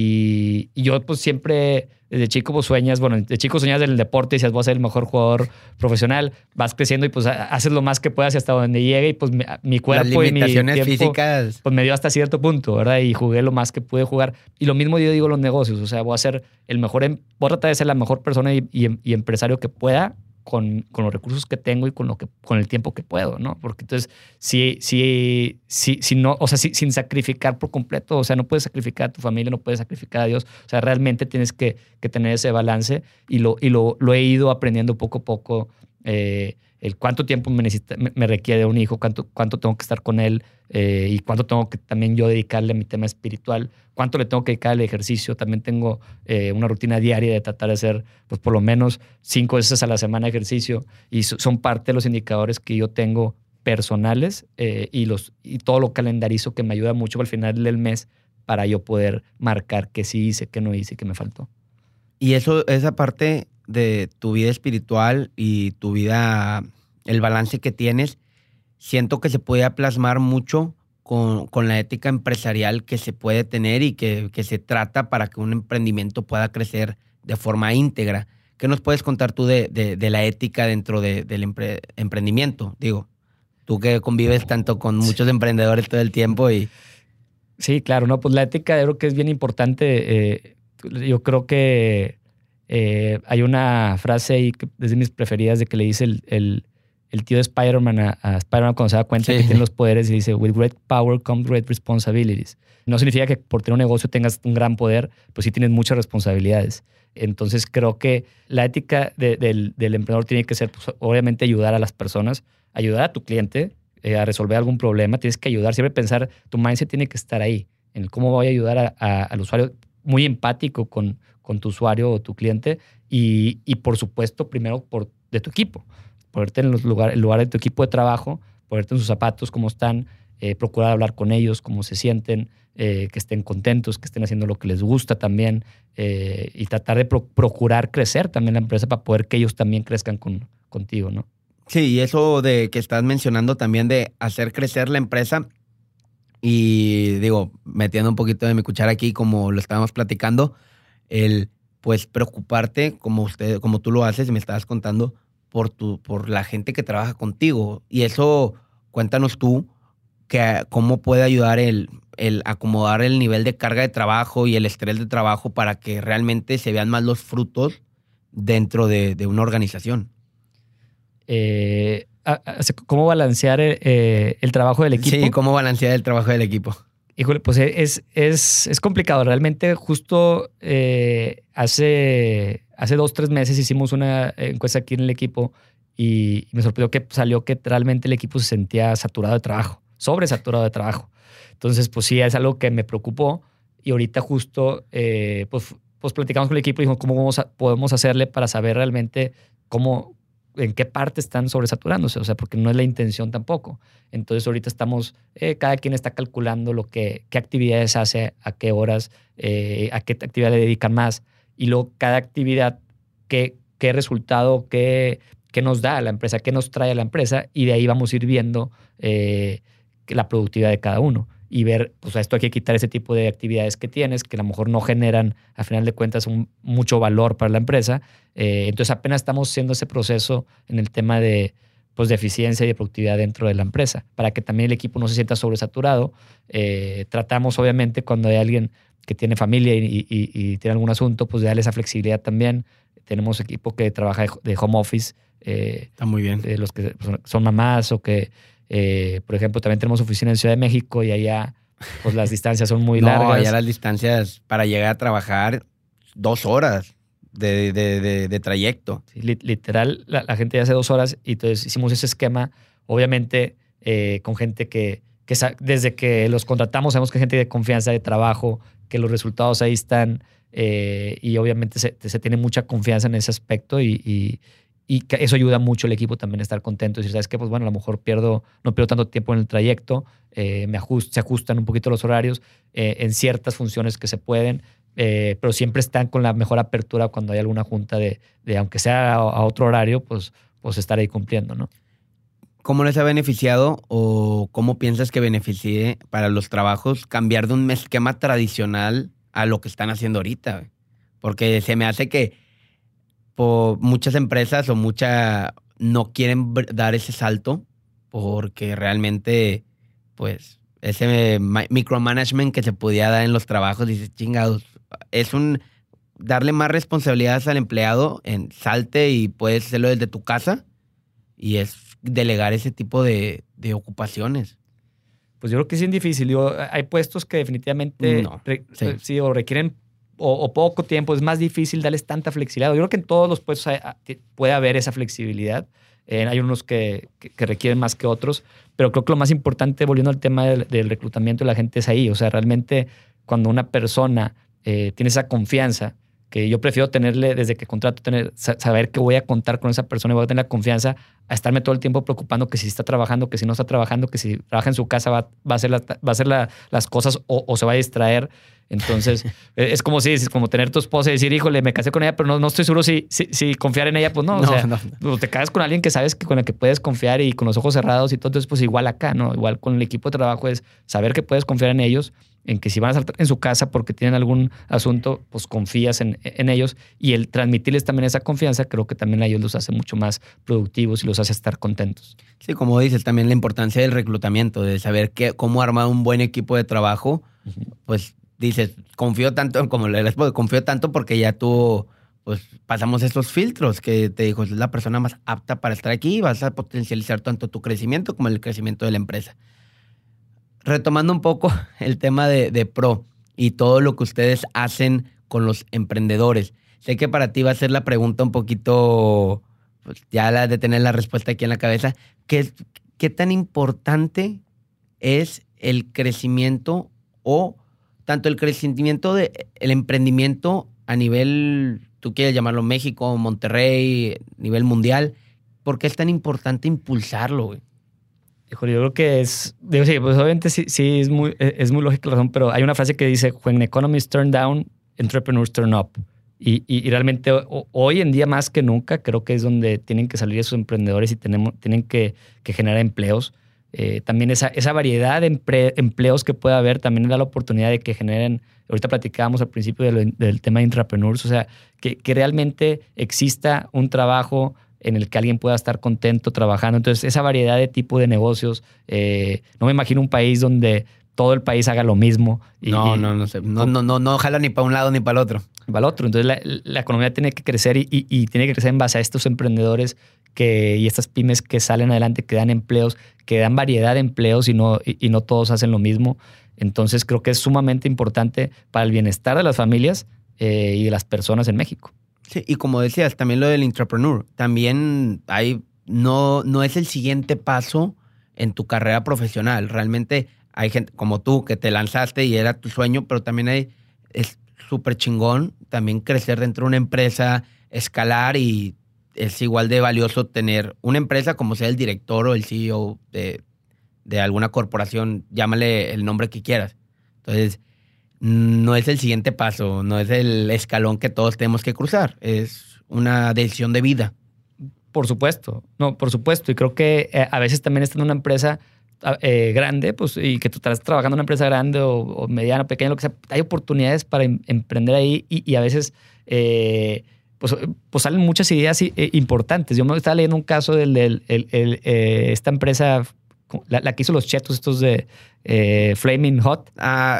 Y, y yo pues siempre, desde chico pues sueñas, bueno, de chico sueñas del deporte y dices, voy a ser el mejor jugador profesional, vas creciendo y pues haces lo más que puedas y hasta donde llegue, y pues mi, mi cuerpo Las limitaciones y mi tiempo físicas pues me dio hasta cierto punto, ¿verdad? Y jugué lo más que pude jugar. Y lo mismo yo digo los negocios, o sea, voy a ser el mejor, em, voy a tratar de ser la mejor persona y, y, y empresario que pueda, Con, con los recursos que tengo y con, lo que, con el tiempo que puedo, ¿no? Porque entonces, si, si, si, si no, o sea, si, sin sacrificar por completo, o sea, no puedes sacrificar a tu familia, no puedes sacrificar a Dios, o sea, realmente tienes que, que tener ese balance, y, lo, y lo, lo he ido aprendiendo poco a poco, eh, el cuánto tiempo me, necesita, me, me requiere un hijo, cuánto, cuánto tengo que estar con él, eh, y cuánto tengo que también yo dedicarle a mi tema espiritual, cuánto le tengo que dedicar al ejercicio. También tengo eh, una rutina diaria de tratar de hacer pues por lo menos cinco veces a la semana ejercicio, y so, son parte de los indicadores que yo tengo personales, eh, y, los, y todo lo calendarizo, que me ayuda mucho al final del mes para yo poder marcar qué sí hice, qué no hice, qué me faltó. Y eso, esa parte de tu vida espiritual y tu vida, el balance que tienes, siento que se puede plasmar mucho con, con la ética empresarial que se puede tener y que, que se trata para que un emprendimiento pueda crecer de forma íntegra. ¿Qué nos puedes contar tú de, de, de la ética dentro de, del empre, emprendimiento? Digo, tú que convives tanto con muchos emprendedores todo el tiempo y... Sí, claro, no, pues la ética yo creo que es bien importante. Eh, yo creo que eh, hay una frase ahí que es de mis preferidas, de que le dice el, el, el tío de Spider-Man a, a Spider-Man cuando se da cuenta sí. que tiene los poderes, y dice, with great power comes great responsibilities. No significa que por tener un negocio tengas un gran poder, pues sí tienes muchas responsabilidades. Entonces creo que la ética de, del, del emprendedor tiene que ser, pues, obviamente, ayudar a las personas, ayudar a tu cliente eh, a resolver algún problema. Tienes que ayudar, siempre pensar, tu mindset tiene que estar ahí, en el cómo voy a ayudar a, a, al usuario, muy empático con, con tu usuario o tu cliente, y, y por supuesto, primero por, de tu equipo, ponerte en los lugar, el lugar de tu equipo de trabajo, ponerte en sus zapatos, cómo están, eh, procurar hablar con ellos, cómo se sienten, eh, que estén contentos, que estén haciendo lo que les gusta también, eh, y tratar de pro, procurar crecer también la empresa para poder que ellos también crezcan con, contigo, ¿no? Sí, y eso de que estás mencionando también de hacer crecer la empresa, y digo, metiendo un poquito de mi cuchara aquí, como lo estábamos platicando, el pues preocuparte, como usted, como tú lo haces y me estabas contando, por tu, por la gente que trabaja contigo. Y eso, cuéntanos tú, que cómo puede ayudar el, el acomodar el nivel de carga de trabajo y el estrés de trabajo para que realmente se vean más los frutos dentro de, de una organización. Eh, ¿Cómo balancear eh, el trabajo del equipo? Sí, ¿cómo balancear el trabajo del equipo? Híjole, pues es, es, es complicado. Realmente justo eh, hace, hace dos, tres meses hicimos una encuesta aquí en el equipo, y me sorprendió que salió que realmente el equipo se sentía saturado de trabajo, sobresaturado de trabajo. Entonces, pues sí, es algo que me preocupó, y ahorita justo eh, pues, pues platicamos con el equipo y dijimos cómo vamos a, podemos hacerle para saber realmente cómo, en qué parte están sobresaturándose, o sea, porque no es la intención tampoco. Entonces ahorita estamos, eh, cada quien está calculando lo que, qué actividades hace, a qué horas, eh, a qué actividad le dedican más, y luego cada actividad, qué, qué resultado, qué, qué nos da a la empresa, qué nos trae a la empresa, y de ahí vamos a ir viendo eh, la productividad de cada uno. Y ver, pues a esto hay que quitar ese tipo de actividades que tienes, que a lo mejor no generan, a final de cuentas, un, mucho valor para la empresa. Eh, entonces apenas estamos haciendo ese proceso en el tema de, pues, de eficiencia y de productividad dentro de la empresa, para que también el equipo no se sienta sobresaturado. Eh, tratamos, obviamente, cuando hay alguien que tiene familia y, y, y tiene algún asunto, pues de darle esa flexibilidad también. Tenemos equipo que trabaja de, de home office. Eh, Está muy bien. De los que son, son mamás o que... Eh, por ejemplo, también tenemos oficina en Ciudad de México y allá pues las distancias son muy no, largas. allá las distancias para llegar a trabajar dos horas de, de, de, de trayecto. Sí, li- literal, la, la gente ya hace dos horas y entonces hicimos ese esquema, obviamente eh, con gente que, que sa- desde que los contratamos sabemos que es gente de confianza, de trabajo, que los resultados ahí están eh, y obviamente se, se tiene mucha confianza en ese aspecto y, y, y que eso ayuda mucho al equipo también a estar contento y decir, ¿sabes qué? Pues bueno, a lo mejor pierdo, no pierdo tanto tiempo en el trayecto, eh, me ajust, se ajustan un poquito los horarios eh, en ciertas funciones que se pueden, eh, pero siempre están con la mejor apertura cuando hay alguna junta de, de aunque sea a, a otro horario, pues, pues estar ahí cumpliendo, ¿no? ¿Cómo les ha beneficiado o cómo piensas que beneficie para los trabajos cambiar de un esquema tradicional a lo que están haciendo ahorita, güey? Porque se me hace que por muchas empresas o mucha no quieren br- dar ese salto porque realmente, pues, ese ma- micromanagement que se podía dar en los trabajos, dices, chingados, es un darle más responsabilidades al empleado en salte y puedes hacerlo desde tu casa y es delegar ese tipo de, de ocupaciones. Pues yo creo que sí es difícil. Digo, hay puestos que definitivamente No, re- sí. sí, o requieren o, o poco tiempo. Es más difícil darles tanta flexibilidad. Yo creo que en todos los puestos hay- a- ti- puede haber esa flexibilidad. Eh, hay unos que, que- que requieren más que otros, pero creo que lo más importante, volviendo al tema del, del reclutamiento de la gente, es ahí. O sea, realmente cuando una persona eh, tiene esa confianza, que yo prefiero tenerle desde que contrato, tener, sa- saber que voy a contar con esa persona y voy a tener la confianza a estarme todo el tiempo preocupando que si está trabajando, que si no está trabajando, que si trabaja en su casa va, va a hacer, la- va a hacer la- las cosas o, o se va a distraer. Entonces, eh, es como si es como tener tu esposa y decir, híjole, me casé con ella, pero no, no estoy seguro si, si, si confiar en ella. Pues no, o No, sea, no. pues te casas con alguien que sabes que con el que puedes confiar y con los ojos cerrados y todo. Entonces, pues igual acá, ¿no? Igual con el equipo de trabajo es saber que puedes confiar en ellos, en que si van a estar en su casa porque tienen algún asunto, pues confías en, en ellos, y el transmitirles también esa confianza creo que también a ellos los hace mucho más productivos y los hace estar contentos. Sí, como dices, también la importancia del reclutamiento, de saber qué, cómo armar un buen equipo de trabajo. Ujú. Pues dices, confío tanto, como le respondo, confío tanto porque ya tú, pues pasamos esos filtros que te dijo, es la persona más apta para estar aquí y vas a potencializar tanto tu crecimiento como el crecimiento de la empresa. Retomando un poco el tema de, de Pro y todo lo que ustedes hacen con los emprendedores. Sé que para ti va a ser la pregunta un poquito, pues ya la de tener la respuesta aquí en la cabeza. ¿Qué, qué tan importante es el crecimiento o tanto el crecimiento del emprendimiento a nivel, tú quieres llamarlo México, Monterrey, nivel mundial? ¿Por qué es tan importante impulsarlo, güey? Híjole, yo creo que es, digo, sí, pues obviamente sí, sí es muy, es muy lógica la razón, pero hay una frase que dice, when economies turn down, entrepreneurs turn up. Y, y, y realmente o, hoy en día más que nunca creo que es donde tienen que salir esos emprendedores y tenemos, tienen que, que generar empleos. Eh, también esa, esa variedad de empre, empleos que puede haber también da la oportunidad de que generen, ahorita platicábamos al principio de lo, del tema de intrapreneurs, o sea, que, que realmente exista un trabajo en el que alguien pueda estar contento trabajando. Entonces, esa variedad de tipo de negocios, eh, no me imagino un país donde todo el país haga lo mismo. Y, no, y, no, no sé. No, no, no, no jala ni para un lado ni para el otro. para el otro. Entonces, la, la economía tiene que crecer y, y, y tiene que crecer en base a estos emprendedores que, y estas pymes que salen adelante, que dan empleos, que dan variedad de empleos y no, y, y no todos hacen lo mismo. Entonces, creo que es sumamente importante para el bienestar de las familias eh, y de las personas en México. Sí, y como decías, también lo del intrapreneur. También hay, no, no es el siguiente paso en tu carrera profesional. Realmente hay gente como tú que te lanzaste y era tu sueño, pero también hay, es súper chingón también crecer dentro de una empresa, escalar y es igual de valioso tener una empresa como sea el director o el C E O de, de alguna corporación, llámale el nombre que quieras. Entonces, no es el siguiente paso, no es el escalón que todos tenemos que cruzar, es una decisión de vida. Por supuesto, no, por supuesto. Y creo que eh, a veces también estando en una empresa eh, grande, pues, y que tú estás trabajando en una empresa grande o, o mediana, pequeña, lo que sea, hay oportunidades para em, emprender ahí y, y a veces eh, pues, pues salen muchas ideas eh, importantes. Yo me estaba leyendo un caso de el, el, el, eh, esta empresa, la, la que hizo los chetos estos de eh, Flaming Hot. Ah,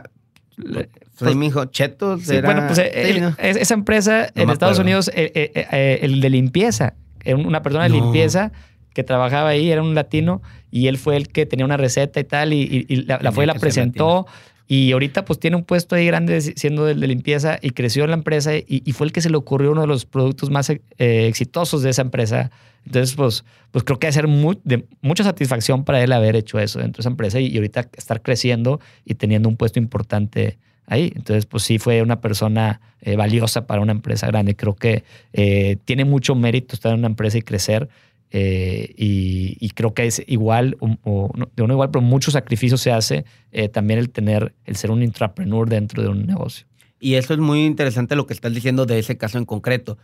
Flaming Hot Chetos. Sí, era... Bueno, pues sí, el, ¿no? esa empresa no en Estados acuerdo. Unidos, eh, eh, eh, el de limpieza, era una persona de no. limpieza que trabajaba ahí, era un latino, y él fue el que tenía una receta y tal, y, y, y la, la fue y la presentó. Y ahorita pues tiene un puesto ahí grande siendo del de limpieza y creció en la empresa y, y fue el que se le ocurrió uno de los productos más eh, exitosos de esa empresa. Entonces, pues, pues creo que va a ser muy, de mucha satisfacción para él haber hecho eso dentro de esa empresa y, y ahorita estar creciendo y teniendo un puesto importante ahí. Entonces, pues sí fue una persona eh, valiosa para una empresa grande. Creo que eh, tiene mucho mérito estar en una empresa y crecer. Eh, y, y creo que es igual, o, o no, de uno igual, pero mucho sacrificio se hace eh, también el tener, el ser un intrapreneur dentro de un negocio. Y eso es muy interesante lo que estás diciendo de ese caso en concreto.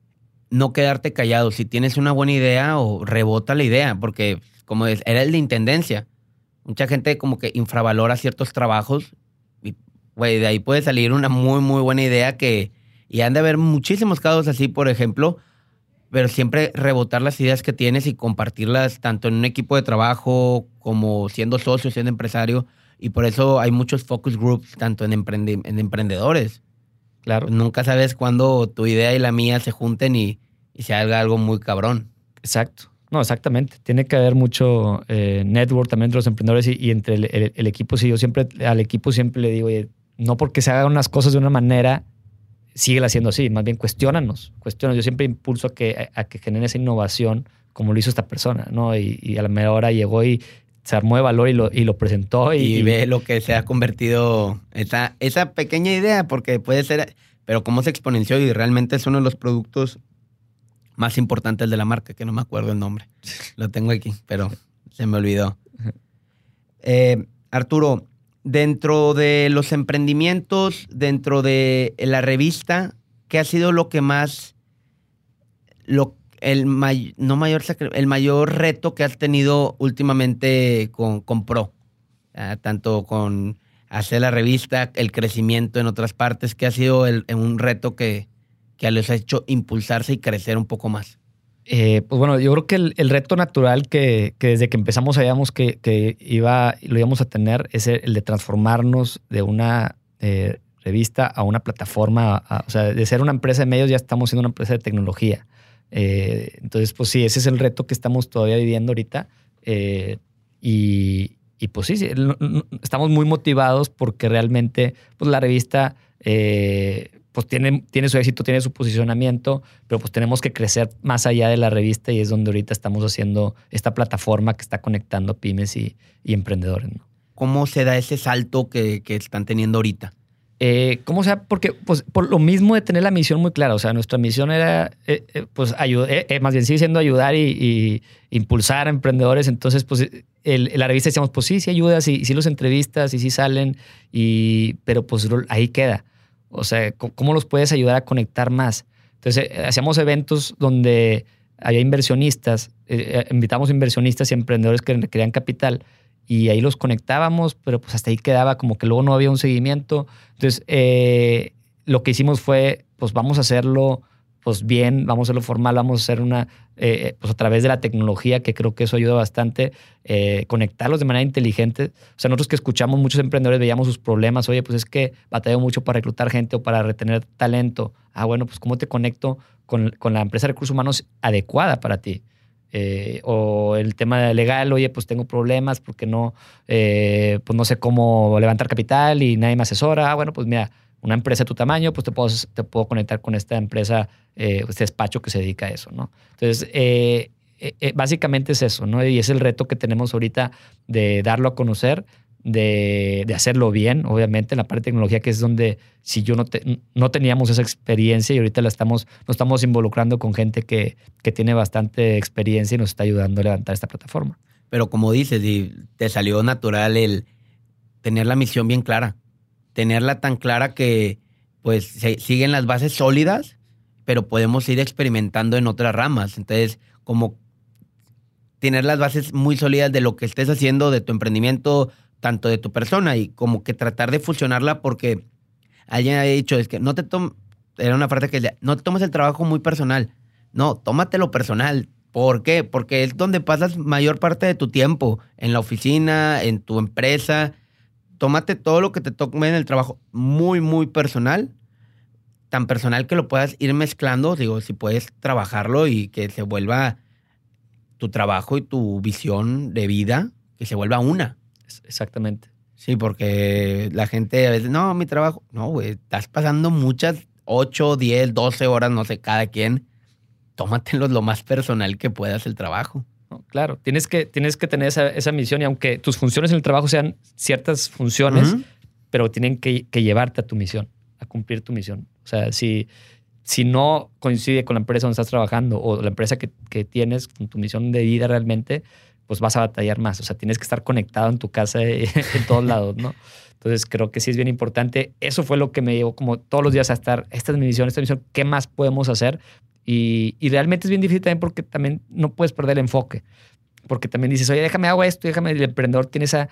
No quedarte callado. Si tienes una buena idea, o rebota la idea, porque como es, era el de intendencia. Mucha gente como que infravalora ciertos trabajos y, güey, de ahí puede salir una muy, muy buena idea que, y han de haber muchísimos casos así, por ejemplo, pero siempre rebotar las ideas que tienes y compartirlas tanto en un equipo de trabajo como siendo socio, siendo empresario. Y por eso hay muchos focus groups, tanto en, emprende, en emprendedores. Claro. Pues nunca sabes cuándo tu idea y la mía se junten y, y se haga algo muy cabrón. Exacto. No, exactamente. Tiene que haber mucho eh, network también entre los emprendedores y, y entre el, el, el equipo. Sí, yo siempre, al equipo siempre le digo, oye, no porque se hagan unas cosas de una manera, síguela haciendo así, más bien cuestiónanos, cuestiónanos. Yo siempre impulso a que, a, a que genere esa innovación como lo hizo esta persona, ¿no? Y, y a la mejor hora llegó y se armó de valor y lo, y lo presentó. Y, y ve lo que se ha convertido esa, esa pequeña idea, porque puede ser, pero cómo se exponenció y realmente es uno de los productos más importantes de la marca, que no me acuerdo el nombre. Lo tengo aquí, pero se me olvidó. Eh, Arturo, dentro de los emprendimientos, dentro de la revista, ¿qué ha sido lo que más, lo, el, may, no mayor, el mayor reto que has tenido últimamente con, con Pro? Uh, tanto con hacer la revista, el crecimiento en otras partes, ¿qué ha sido el, un reto que, que les ha hecho impulsarse y crecer un poco más? Eh, pues bueno, yo creo que el, el reto natural que, que desde que empezamos sabíamos que, que iba, lo íbamos a tener es el, el de transformarnos de una eh, revista a una plataforma. A, o sea, de ser una empresa de medios ya estamos siendo una empresa de tecnología. Eh, entonces, pues sí, ese es el reto que estamos todavía viviendo ahorita. Eh, y, y pues sí, sí, estamos muy motivados porque realmente pues la revista... Eh, pues tiene, tiene su éxito, tiene su posicionamiento, pero pues tenemos que crecer más allá de la revista y es donde ahorita estamos haciendo esta plataforma que está conectando pymes y, y emprendedores, ¿no? ¿Cómo se da ese salto que, que están teniendo ahorita? Eh, ¿Cómo sea? Porque pues por lo mismo de tener la misión muy clara, o sea, nuestra misión era, eh, eh, pues, ayudar, eh, eh, más bien sigue siendo ayudar y, y impulsar a emprendedores, entonces, pues, el, la revista decíamos, pues sí, sí ayudas y, y sí los entrevistas y sí salen, y, pero pues ahí queda. O sea, ¿cómo los puedes ayudar a conectar más? Entonces, eh, hacíamos eventos donde había inversionistas, eh, invitamos inversionistas y emprendedores que querían capital y ahí los conectábamos, pero pues hasta ahí quedaba, como que luego no había un seguimiento. Entonces, eh, lo que hicimos fue, pues vamos a hacerlo pues bien, vamos a hacerlo formal, vamos a hacer una, eh, pues a través de la tecnología, que creo que eso ayuda bastante, eh, conectarlos de manera inteligente. O sea, nosotros que escuchamos muchos emprendedores, veíamos sus problemas, oye, pues es que batallo mucho para reclutar gente o para retener talento. Ah, bueno, pues ¿cómo te conecto con, con la empresa de recursos humanos adecuada para ti? Eh, o el tema legal, oye, pues tengo problemas porque no, eh, pues no sé cómo levantar capital y nadie me asesora. Ah, bueno, pues mira, una empresa de tu tamaño, pues te puedo, te puedo conectar con esta empresa, eh, este despacho que se dedica a eso, ¿no? Entonces, eh, eh, básicamente es eso, ¿no? Y es el reto que tenemos ahorita de darlo a conocer, de, de hacerlo bien, obviamente, en la parte de tecnología, que es donde si yo no, te, no teníamos esa experiencia y ahorita la estamos, nos estamos involucrando con gente que, que tiene bastante experiencia y nos está ayudando a levantar esta plataforma. Pero como dices, y te salió natural el tener la misión bien clara, tenerla tan clara que pues se siguen las bases sólidas, pero podemos ir experimentando en otras ramas. Entonces, como tener las bases muy sólidas de lo que estés haciendo, de tu emprendimiento, tanto de tu persona, y como que tratar de fusionarla, porque alguien ha dicho, es que no te tomes, era una frase que decía, no te tomes el trabajo muy personal. No, tómatelo personal. ¿Por qué? Porque es donde pasas mayor parte de tu tiempo, en la oficina, en tu empresa. Tómate todo lo que te tome en el trabajo muy, muy personal, tan personal que lo puedas ir mezclando, digo, si puedes trabajarlo y que se vuelva tu trabajo y tu visión de vida, que se vuelva una. Exactamente. Sí, porque la gente a veces, no, mi trabajo, no, güey, estás pasando muchas, ocho, diez, doce horas, no sé, cada quien. Tómatelo lo más personal que puedas el trabajo. No, claro, tienes que, tienes que tener esa, esa misión, y aunque tus funciones en el trabajo sean ciertas funciones, uh-huh. pero tienen que, que llevarte a tu misión, a cumplir tu misión. O sea, si, si no coincide con la empresa donde estás trabajando o la empresa que, que tienes, con tu misión de vida realmente, pues vas a batallar más. O sea, tienes que estar conectado en tu casa en todos lados, ¿no? Entonces, creo que sí es bien importante. Eso fue lo que me llevó como todos los días a estar, esta es mi misión, esta es mi misión, ¿qué más podemos hacer? Y, y realmente es bien difícil también porque también no puedes perder el enfoque. Porque también dices, oye, déjame hago esto, déjame. El emprendedor tiene esa,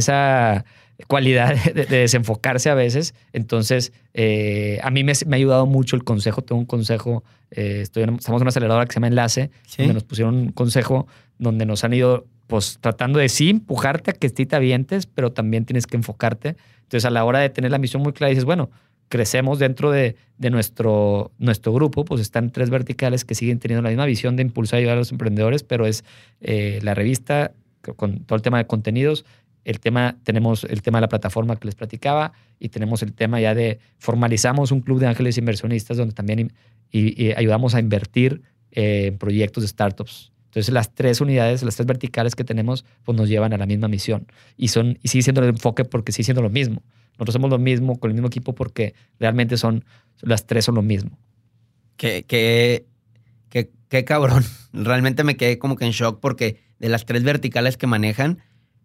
esa cualidad de, de desenfocarse a veces. Entonces, eh, a mí me, me ha ayudado mucho el consejo. Tengo un consejo, eh, estoy en, estamos en una aceleradora que se llama Enlace, ¿sí? Donde nos pusieron un consejo donde nos han ido pues tratando de sí empujarte a que sí te avientes, pero también tienes que enfocarte. Entonces, a la hora de tener la misión muy clara, dices, bueno, crecemos dentro de, de nuestro, nuestro grupo, pues están tres verticales que siguen teniendo la misma visión de impulsar y ayudar a los emprendedores, pero es eh, la revista con todo el tema de contenidos, el tema, tenemos el tema de la plataforma que les platicaba, y tenemos el tema ya de formalizamos un club de ángeles inversionistas donde también y, y ayudamos a invertir eh, en proyectos de startups. Entonces, las tres unidades, las tres verticales que tenemos, pues nos llevan a la misma misión. Y, son, y sigue siendo el enfoque porque sigue siendo lo mismo. Nosotros somos lo mismo con el mismo equipo porque realmente son, las tres son lo mismo. Qué, qué, qué, qué cabrón. Realmente me quedé como que en shock porque de las tres verticales que manejan,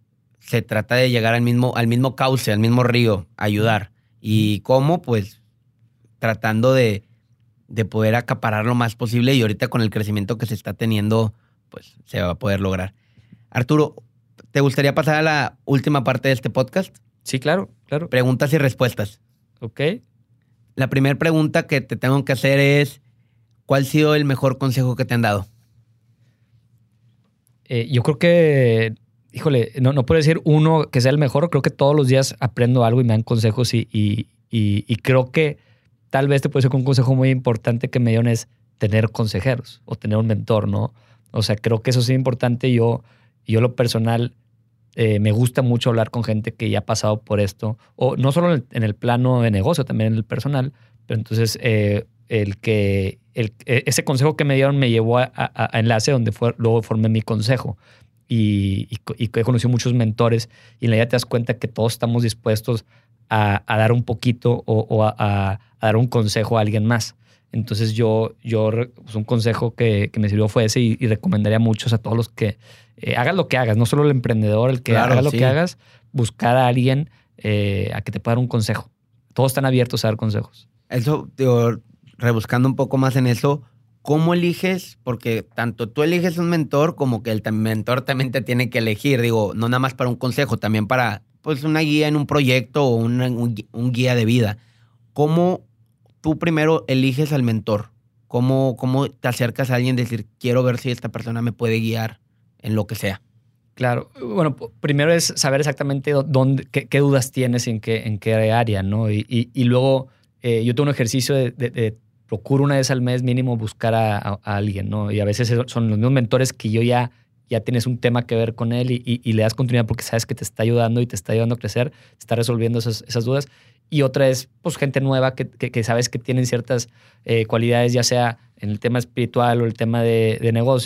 se trata de llegar al mismo, al mismo cauce, al mismo río, ayudar. ¿Y cómo? Pues tratando de, de poder acaparar lo más posible, y ahorita con el crecimiento que se está teniendo, pues se va a poder lograr. Arturo, ¿te gustaría pasar a la última parte de este podcast? Sí, claro, claro. Preguntas y respuestas. Ok. La primera pregunta que te tengo que hacer es, ¿cuál ha sido el mejor consejo que te han dado? Eh, yo creo que, híjole, no, no puedo decir uno que sea el mejor. Creo que todos los días aprendo algo y me dan consejos y, y, y, y creo que tal vez te puede ser que un consejo muy importante que me dieron es tener consejeros o tener un mentor, ¿no? O sea, creo que eso sí es importante. Yo, yo lo personal... Eh, me gusta mucho hablar con gente que ya ha pasado por esto, o no solo en el, en el plano de negocio, también en el personal. Pero entonces eh, el que el, ese consejo que me dieron me llevó a, a, a Enlace, donde fue, luego formé mi consejo. Y, y, y he conocido muchos mentores, y en la vida te das cuenta que todos estamos dispuestos a, a dar un poquito o, o a, a, a dar un consejo a alguien más. Entonces yo, yo pues un consejo que, que me sirvió fue ese, y, y recomendaría a muchos, a todos los que eh, hagas lo que hagas, no solo el emprendedor, el que claro, haga lo sí. que hagas, buscar a alguien eh, a que te pueda dar un consejo. Todos están abiertos a dar consejos. Eso, digo, rebuscando un poco más en eso, ¿cómo eliges? Porque tanto tú eliges un mentor como que el mentor también te tiene que elegir. Digo, no nada más para un consejo, también para pues una guía en un proyecto o una, un, un guía de vida. ¿Cómo tú primero eliges al mentor? ¿Cómo, ¿Cómo te acercas a alguien y decir, quiero ver si esta persona me puede guiar en lo que sea? Claro. Bueno, primero es saber exactamente dónde, qué, qué dudas tienes y en qué, en qué área, ¿no? Y, y, y luego eh, yo tengo un ejercicio de, de, de procuro una vez al mes mínimo buscar a, a, a alguien, ¿no? Y a veces son los mismos mentores que yo ya, ya tienes un tema que ver con él y, y, y le das continuidad porque sabes que te está ayudando y te está ayudando a crecer, te está resolviendo esas, esas dudas. Y otra es, pues, gente nueva que, que, que sabes que tienen ciertas eh, cualidades, ya sea en el tema espiritual o el tema de, de negocio,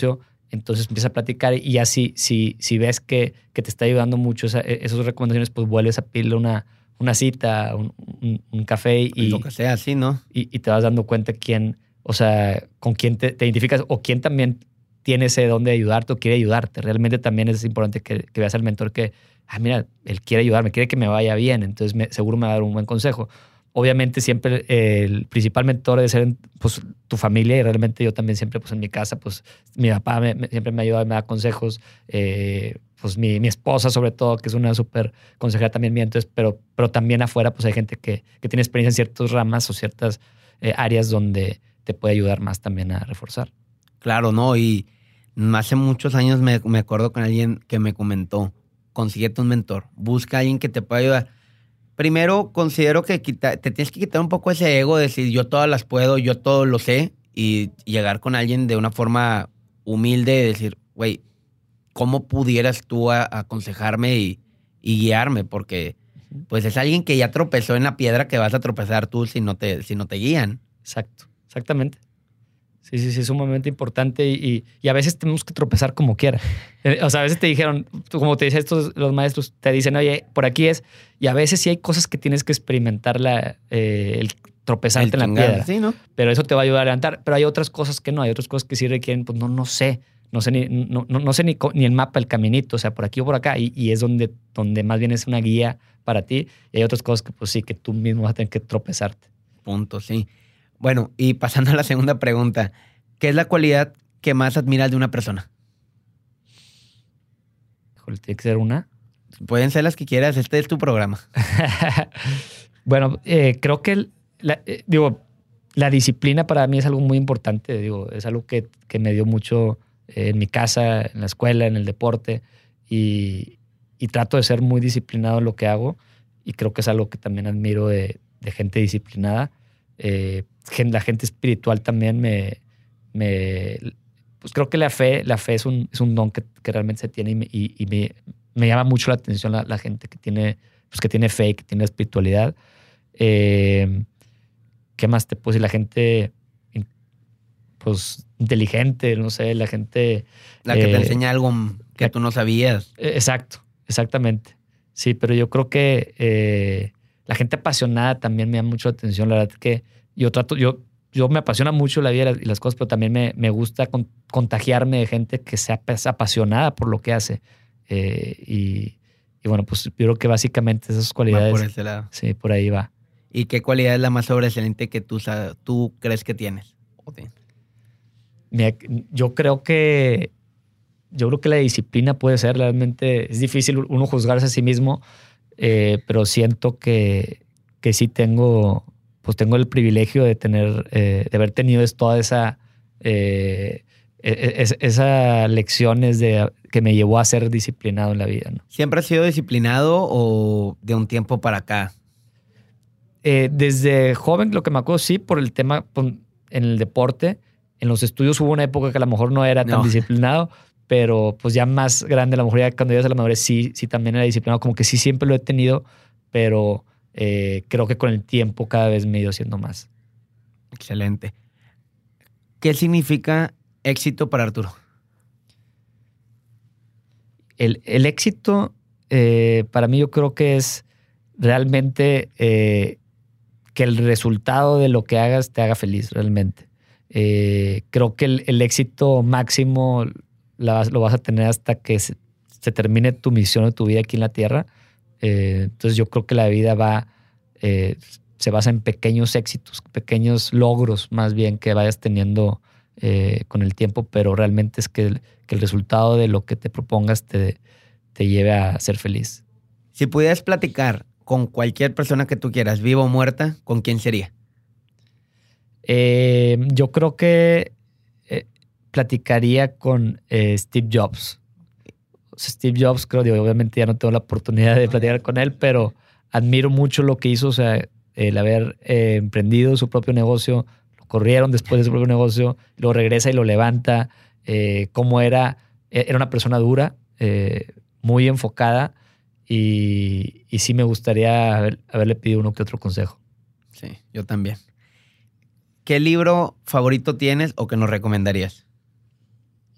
Entonces empieza a platicar y ya si, si, si ves que, que te está ayudando mucho esa, esas recomendaciones, pues vuelves a pedirle una, una cita, un, un, un café y... Lo que sea, sí, ¿no? Y, y te vas dando cuenta quién, o sea, con quién te, te identificas o quién también tiene ese don de ayudarte o quiere ayudarte. Realmente también es importante que, que veas al mentor que, ah, mira, él quiere ayudarme, quiere que me vaya bien, entonces me, seguro me va a dar un buen consejo. Obviamente siempre eh, el principal mentor debe ser pues, tu familia y realmente yo también siempre pues en mi casa, pues mi papá me, me, siempre me ayuda, me da consejos, eh, pues mi, mi esposa sobre todo, que es una súper consejera también mía, entonces, pero, pero también afuera pues hay gente que, que tiene experiencia en ciertas ramas o ciertas eh, áreas donde te puede ayudar más también a reforzar. Claro, ¿no? Y hace muchos años me, me acuerdo con alguien que me comentó, consíguete un mentor, busca a alguien que te pueda ayudar. Primero, considero que quita, te tienes que quitar un poco ese ego de decir yo todas las puedo, yo todo lo sé y llegar con alguien de una forma humilde y decir, güey, ¿cómo pudieras tú a, a aconsejarme y, y guiarme? Porque pues es alguien que ya tropezó en la piedra que vas a tropezar tú si no te, si no te guían. Exacto, exactamente. Sí, sí, sí, es sumamente importante y, y, y a veces tenemos que tropezar como quiera. O sea, a veces te dijeron, como te dicen estos, los maestros, te dicen, oye, por aquí es. Y a veces sí hay cosas que tienes que experimentar, la, eh, el tropezarte el en la piedra. Sí, ¿no? Pero eso te va a ayudar a levantar. Pero hay otras cosas que no, hay otras cosas que sí requieren, pues no, no sé. No sé ni, no, no, no sé ni, ni el mapa, el caminito, o sea, por aquí o por acá. Y, y es donde, donde más bien es una guía para ti. Y hay otras cosas que pues sí, que tú mismo vas a tener que tropezarte. Punto, sí. Bueno, y pasando a la segunda pregunta. ¿Qué es la cualidad que más admiras de una persona? Híjole, tiene que ser una. Pueden ser las que quieras, este es tu programa. Bueno, eh, creo que, la, eh, digo, la disciplina para mí es algo muy importante. Digo, es algo que, que me dio mucho eh, en mi casa, en la escuela, en el deporte. Y, y trato de ser muy disciplinado en lo que hago. Y creo que es algo que también admiro de, de gente disciplinada. Eh, la gente espiritual también me... Me, pues creo que la fe, la fe es un, es un don que, que realmente se tiene y, me, y, y me, me llama mucho la atención la, la gente que tiene, pues que tiene fe y que tiene espiritualidad. Eh, ¿Qué más te puedo decir? La gente pues inteligente, no sé, la gente... La que eh, te enseña algo que la, tú no sabías. Exacto, exactamente. Sí, pero yo creo que eh, la gente apasionada también me llama mucho la atención. La verdad que yo trato... yo Yo me apasiona mucho la vida y las cosas, pero también me, me gusta con, contagiarme de gente que sea apasionada por lo que hace. Eh, y, y bueno, pues yo creo que básicamente esas cualidades... Va por ese lado. Sí, por ahí va. ¿Y qué cualidad es la más sobresaliente que tú, tú crees que tienes? Mira, yo creo que... Yo creo que la disciplina puede ser realmente... Es difícil uno juzgarse a sí mismo, eh, pero siento que, que sí tengo... pues tengo el privilegio de tener, eh, de haber tenido toda esa, eh, es, esa lecciones de, que me llevó a ser disciplinado en la vida, ¿no? ¿Siempre has sido disciplinado o de un tiempo para acá? Eh, desde joven, lo que me acuerdo, sí, por el tema en el deporte. En los estudios hubo una época que a lo mejor no era tan no. disciplinado, pero pues ya más grande, a lo mejor ya cuando llegas a la madurez, sí, sí también era disciplinado. Como que sí siempre lo he tenido, pero... Eh, creo que con el tiempo cada vez me he ido haciendo más. Excelente. ¿Qué significa éxito para Arturo? El, el éxito eh, para mí yo creo que es realmente eh, que el resultado de lo que hagas te haga feliz realmente. Eh, creo que el, el éxito máximo la, lo vas a tener hasta que se, se termine tu misión o tu vida aquí en la Tierra. Eh, entonces yo creo que la vida va, eh, se basa en pequeños éxitos, pequeños logros más bien que vayas teniendo eh, con el tiempo, pero realmente es que el, que el resultado de lo que te propongas te, te lleve a ser feliz. Si pudieras platicar con cualquier persona que tú quieras, viva o muerta, ¿con quién sería? Eh, yo creo que eh, platicaría con eh, Steve Jobs. Steve Jobs, creo, digo, obviamente ya no tengo la oportunidad de platicar con él, pero admiro mucho lo que hizo, o sea, el haber eh, emprendido su propio negocio, lo corrieron después de su propio negocio, lo regresa y lo levanta, eh, cómo era, era una persona dura, eh, muy enfocada y, y sí me gustaría haber, haberle pedido uno que otro consejo. Sí, yo también. ¿Qué libro favorito tienes o que nos recomendarías?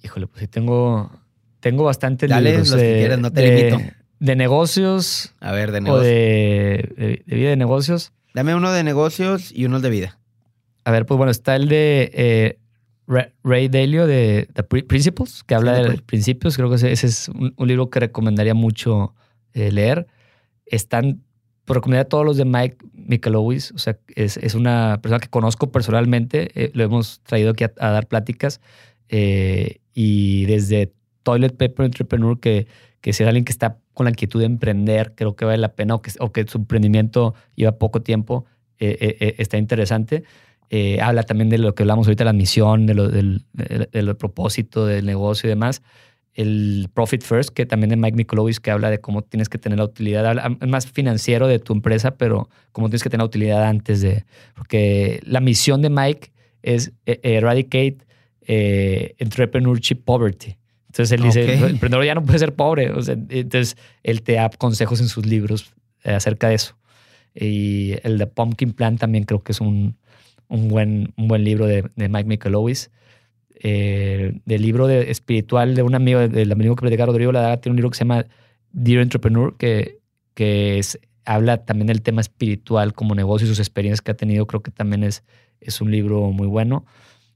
Híjole, pues sí tengo, tengo bastantes Dale, libros. los de, que quieras, no te de, limito. De negocios. A ver, de O negocios. de, de, de vida de negocios. Dame uno de negocios y uno de vida. A ver, pues bueno, está el de eh, Ray Dalio de The Principles, que habla Sí, de pues. principios. Creo que ese, ese es un, un libro que recomendaría mucho eh, leer. Están, por recomendar a todos los de Mike Michalowicz. O sea, es, es una persona que conozco personalmente. Eh, lo hemos traído aquí a, a dar pláticas. Eh, y desde Toilet Paper Entrepreneur, que, que si es alguien que está con la inquietud de emprender, creo que vale la pena, o que, o que su emprendimiento lleva poco tiempo, eh, eh, eh, está interesante. Eh, habla también de lo que hablamos ahorita, la misión, de lo, del, de, de lo propósito del negocio y demás. El Profit First, que también de Mike Michalowicz, que habla de cómo tienes que tener la utilidad. Habla, es más financiero de tu empresa, pero cómo tienes que tener la utilidad antes de... Porque la misión de Mike es eh, eradicate eh, entrepreneurship poverty. Entonces él dice, Ok. el emprendedor ya no puede ser pobre. O sea, entonces él te da consejos en sus libros eh, acerca de eso. Y el de Pumpkin Plan también creo que es un, un, buen, un buen libro de, de Mike Michalowicz. Eh, del libro de, espiritual de un amigo, del amigo que platicaba Rodrigo Ladaga, tiene un libro que se llama Dear Entrepreneur, que, que es, habla también del tema espiritual como negocio y sus experiencias que ha tenido. Creo que también es, es un libro muy bueno.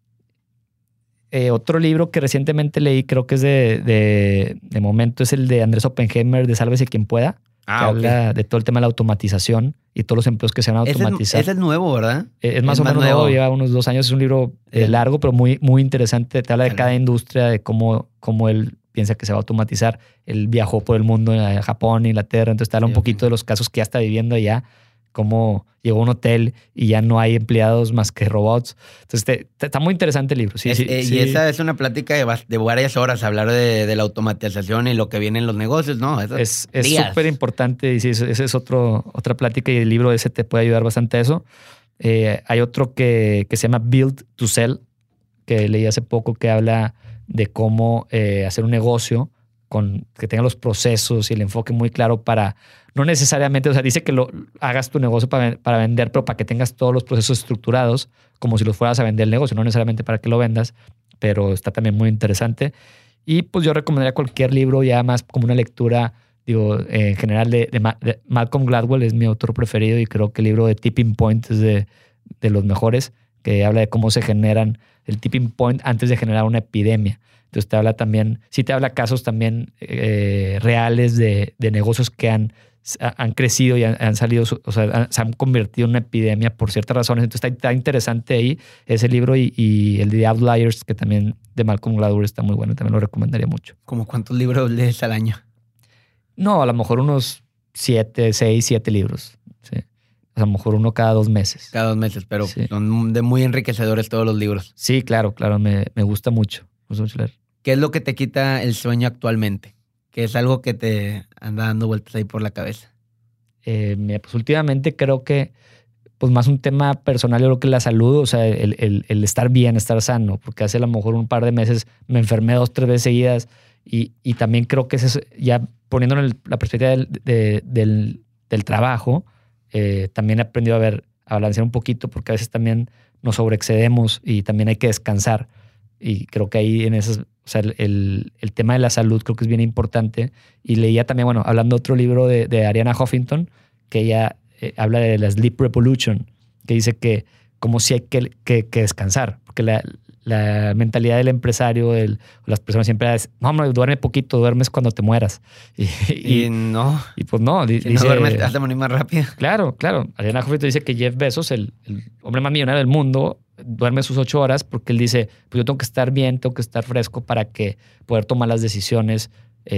Eh, otro libro que recientemente leí, creo que es de, de, de momento, es el de Andrés Oppenheimer, de Sálvese quien pueda, Ah, que ok. habla de todo el tema de la automatización y todos los empleos que se van a Ese automatizar. es, ese es nuevo, ¿verdad? Eh, es más es o más menos nuevo, nuevo. lleva unos dos años. Es un libro eh, Bien. largo, pero muy, muy interesante. Te habla de Dale. cada industria, de cómo, cómo él piensa que se va a automatizar. Él viajó por el mundo, a Japón, Inglaterra, entonces te habla Sí, un poquito ok. de los casos que ya está viviendo allá, cómo llegó a un hotel y ya no hay empleados más que robots. Entonces te, te- está muy interesante el libro. Sí, Es- sí, eh, sí. Y esa es una plática de, bas- de varias horas, hablar de, de la automatización y lo que viene en los negocios, ¿no? Eso- Es es días. súper importante y sí, esa es otro, otra plática y el libro ese te puede ayudar bastante a eso. Eh, hay otro que, que se llama Build to Sell, que leí hace poco, que habla de cómo eh, hacer un negocio con que tenga los procesos y el enfoque muy claro para, no necesariamente, o sea, dice que lo hagas tu negocio para, para vender, pero para que tengas todos los procesos estructurados como si los fueras a vender el negocio, no necesariamente para que lo vendas, pero está también muy interesante. Y pues yo recomendaría cualquier libro ya más como una lectura, digo, eh, en general de, de, Ma- de Malcolm Gladwell es mi autor preferido y creo que el libro de Tipping Point es de, de los mejores, que habla de cómo se generan el tipping point antes de generar una epidemia. Entonces te habla también, sí te habla casos también eh, reales de, de negocios que han, han crecido y han, han salido, o sea, han- se han convertido en una epidemia por ciertas razones. Entonces está, está interesante ahí ese libro y, y el de Outliers, que también de Malcolm Gladwell está muy bueno, también lo recomendaría mucho. ¿Cómo cuántos libros lees al año? No, a lo mejor unos siete, seis, siete libros. Sí. A lo mejor uno cada dos meses. Cada dos meses, pero Sí. son de muy enriquecedores todos los libros. Sí, claro, claro, me, me gusta mucho. Me gusta mucho leer. ¿Qué es lo que te quita el sueño actualmente? ¿Qué es algo que te anda dando vueltas ahí por la cabeza? Eh, mira, pues últimamente creo que, pues más un tema personal, yo creo que la salud, o sea, el, el- el estar bien, estar sano, porque hace a lo mejor un par de meses me enfermé dos, tres veces seguidas y, y también creo que ese es, ya poniéndolo en el- la perspectiva del, de- del, del trabajo, eh, también he aprendido a ver, a balancear un poquito, porque a veces también nos sobreexcedemos y también hay que descansar. Y creo que ahí en esas, o sea, el, el- el tema de la salud creo que es bien importante. Y leía también, bueno, hablando de otro libro de, de Arianna Huffington, que ella eh, habla de la Sleep Revolution, que dice que como si hay que, que, que descansar, porque la, la mentalidad del empresario, del, las personas siempre es, no, hombre, duerme poquito, duermes cuando te mueras. Y, Y, y, no, y pues no, di- si dice... no duermes te vas a morir más rápido. Claro, claro. Arianna Huffington dice que Jeff Bezos, el, el hombre más millonario del mundo, duerme sus ocho horas porque él dice, pues yo tengo que estar bien, tengo que estar fresco para que poder tomar las decisiones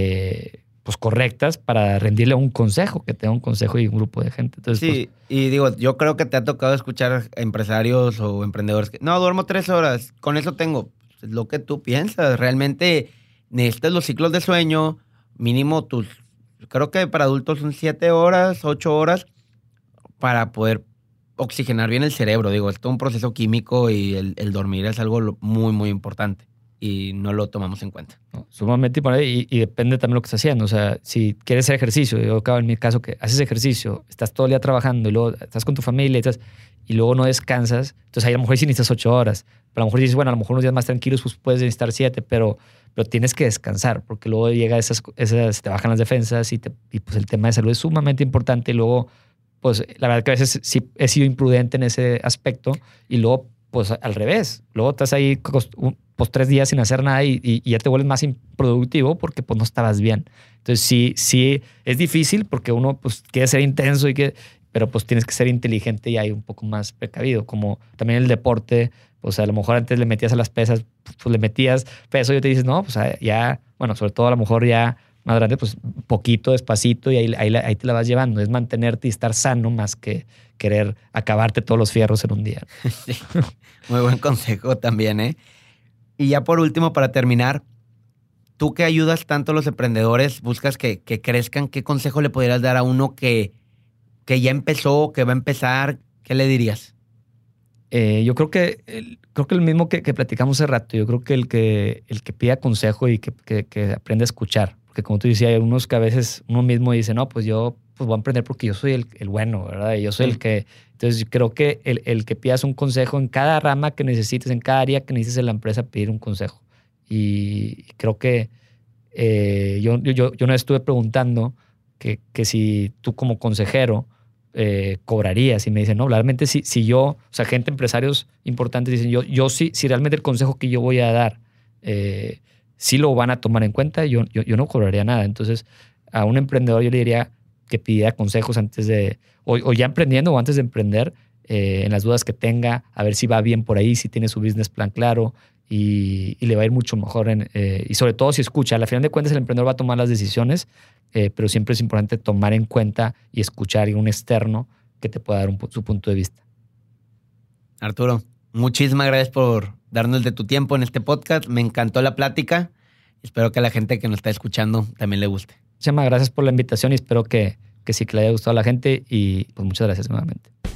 eh, pues correctas para rendirle un consejo, que tenga un consejo y un grupo de gente. Entonces, Sí, y digo, yo creo que te ha tocado escuchar empresarios o emprendedores que, no, duermo tres horas, con eso tengo. Es lo que tú piensas. Realmente necesitas los ciclos de sueño, mínimo tus, creo que para adultos son siete horas, ocho horas, para poder oxigenar bien el cerebro. Digo, es todo un proceso químico y el, el dormir es algo lo- muy, muy importante. y no lo tomamos en cuenta. No, sumamente importante y, y depende también de lo que estás haciendo. O sea, si quieres hacer ejercicio, yo acabo en mi caso que haces ejercicio, estás todo el día trabajando y luego estás con tu familia y, estás, y luego no descansas, entonces ahí a lo mejor sí necesitas ocho horas. Pero a lo mejor dices, bueno, a lo mejor unos días más tranquilos pues puedes necesitar siete, pero, pero tienes que descansar porque luego llega esas, esas te bajan las defensas y, te, y pues el tema de salud es sumamente importante y luego, pues la verdad que a veces sí he sido imprudente en ese aspecto y luego, pues al revés, luego estás ahí pues tres días sin hacer nada y, y, y ya te vuelves más improductivo porque pues no estabas bien. Entonces sí, sí es difícil porque uno pues quiere ser intenso y que, pero pues tienes que ser inteligente y hay un poco más precavido, como también el deporte. Pues a lo mejor antes le metías a las pesas, pues le metías peso y te dices, no, pues ya, bueno, sobre todo a lo mejor ya más grande, pues poquito, despacito y ahí, ahí, ahí te la vas llevando. Es mantenerte y estar sano más que querer acabarte todos los fierros en un día. Sí, muy buen consejo también, ¿eh? Y ya por último, para terminar, tú que ayudas tanto a los emprendedores, buscas que, que crezcan, ¿qué consejo le podrías dar a uno que, que ya empezó, que va a empezar? ¿Qué le dirías? Eh, yo creo que el, creo que el mismo que, que platicamos hace rato. Yo creo que el que, el que pida consejo y que, que, que aprenda a escuchar. Porque como tú decías, hay unos que a veces uno mismo dice, no, pues yo pues voy a emprender porque yo soy el, el bueno, ¿verdad? Y yo soy sí. el que... Entonces yo creo que el, el que pidas un consejo en cada rama que necesites, en cada área que necesites en la empresa, pedir un consejo. Y creo que eh, yo, yo, yo no estuve preguntando que, que si tú como consejero Eh, cobrarías y me dicen, no, realmente si, si yo, o sea, gente, empresarios importantes dicen, yo, yo sí, si realmente el consejo que yo voy a dar eh, sí lo van a tomar en cuenta, yo, yo, yo no cobraría nada. Entonces, a un emprendedor yo le diría que pidiera consejos antes de, o, o ya emprendiendo o antes de emprender, eh, en las dudas que tenga, a ver si va bien por ahí, si tiene su business plan claro y, y le va a ir mucho mejor. En, eh, y sobre todo si escucha, al final de cuentas el emprendedor va a tomar las decisiones, Eh, pero siempre es importante tomar en cuenta y escuchar a un externo que te pueda dar un, su punto de vista. Arturo, muchísimas gracias por darnos de tu tiempo en este podcast. Me encantó la plática. Espero que a la gente que nos está escuchando también le guste. Chema, gracias por la invitación y espero que, que sí que le haya gustado a la gente y pues muchas gracias nuevamente.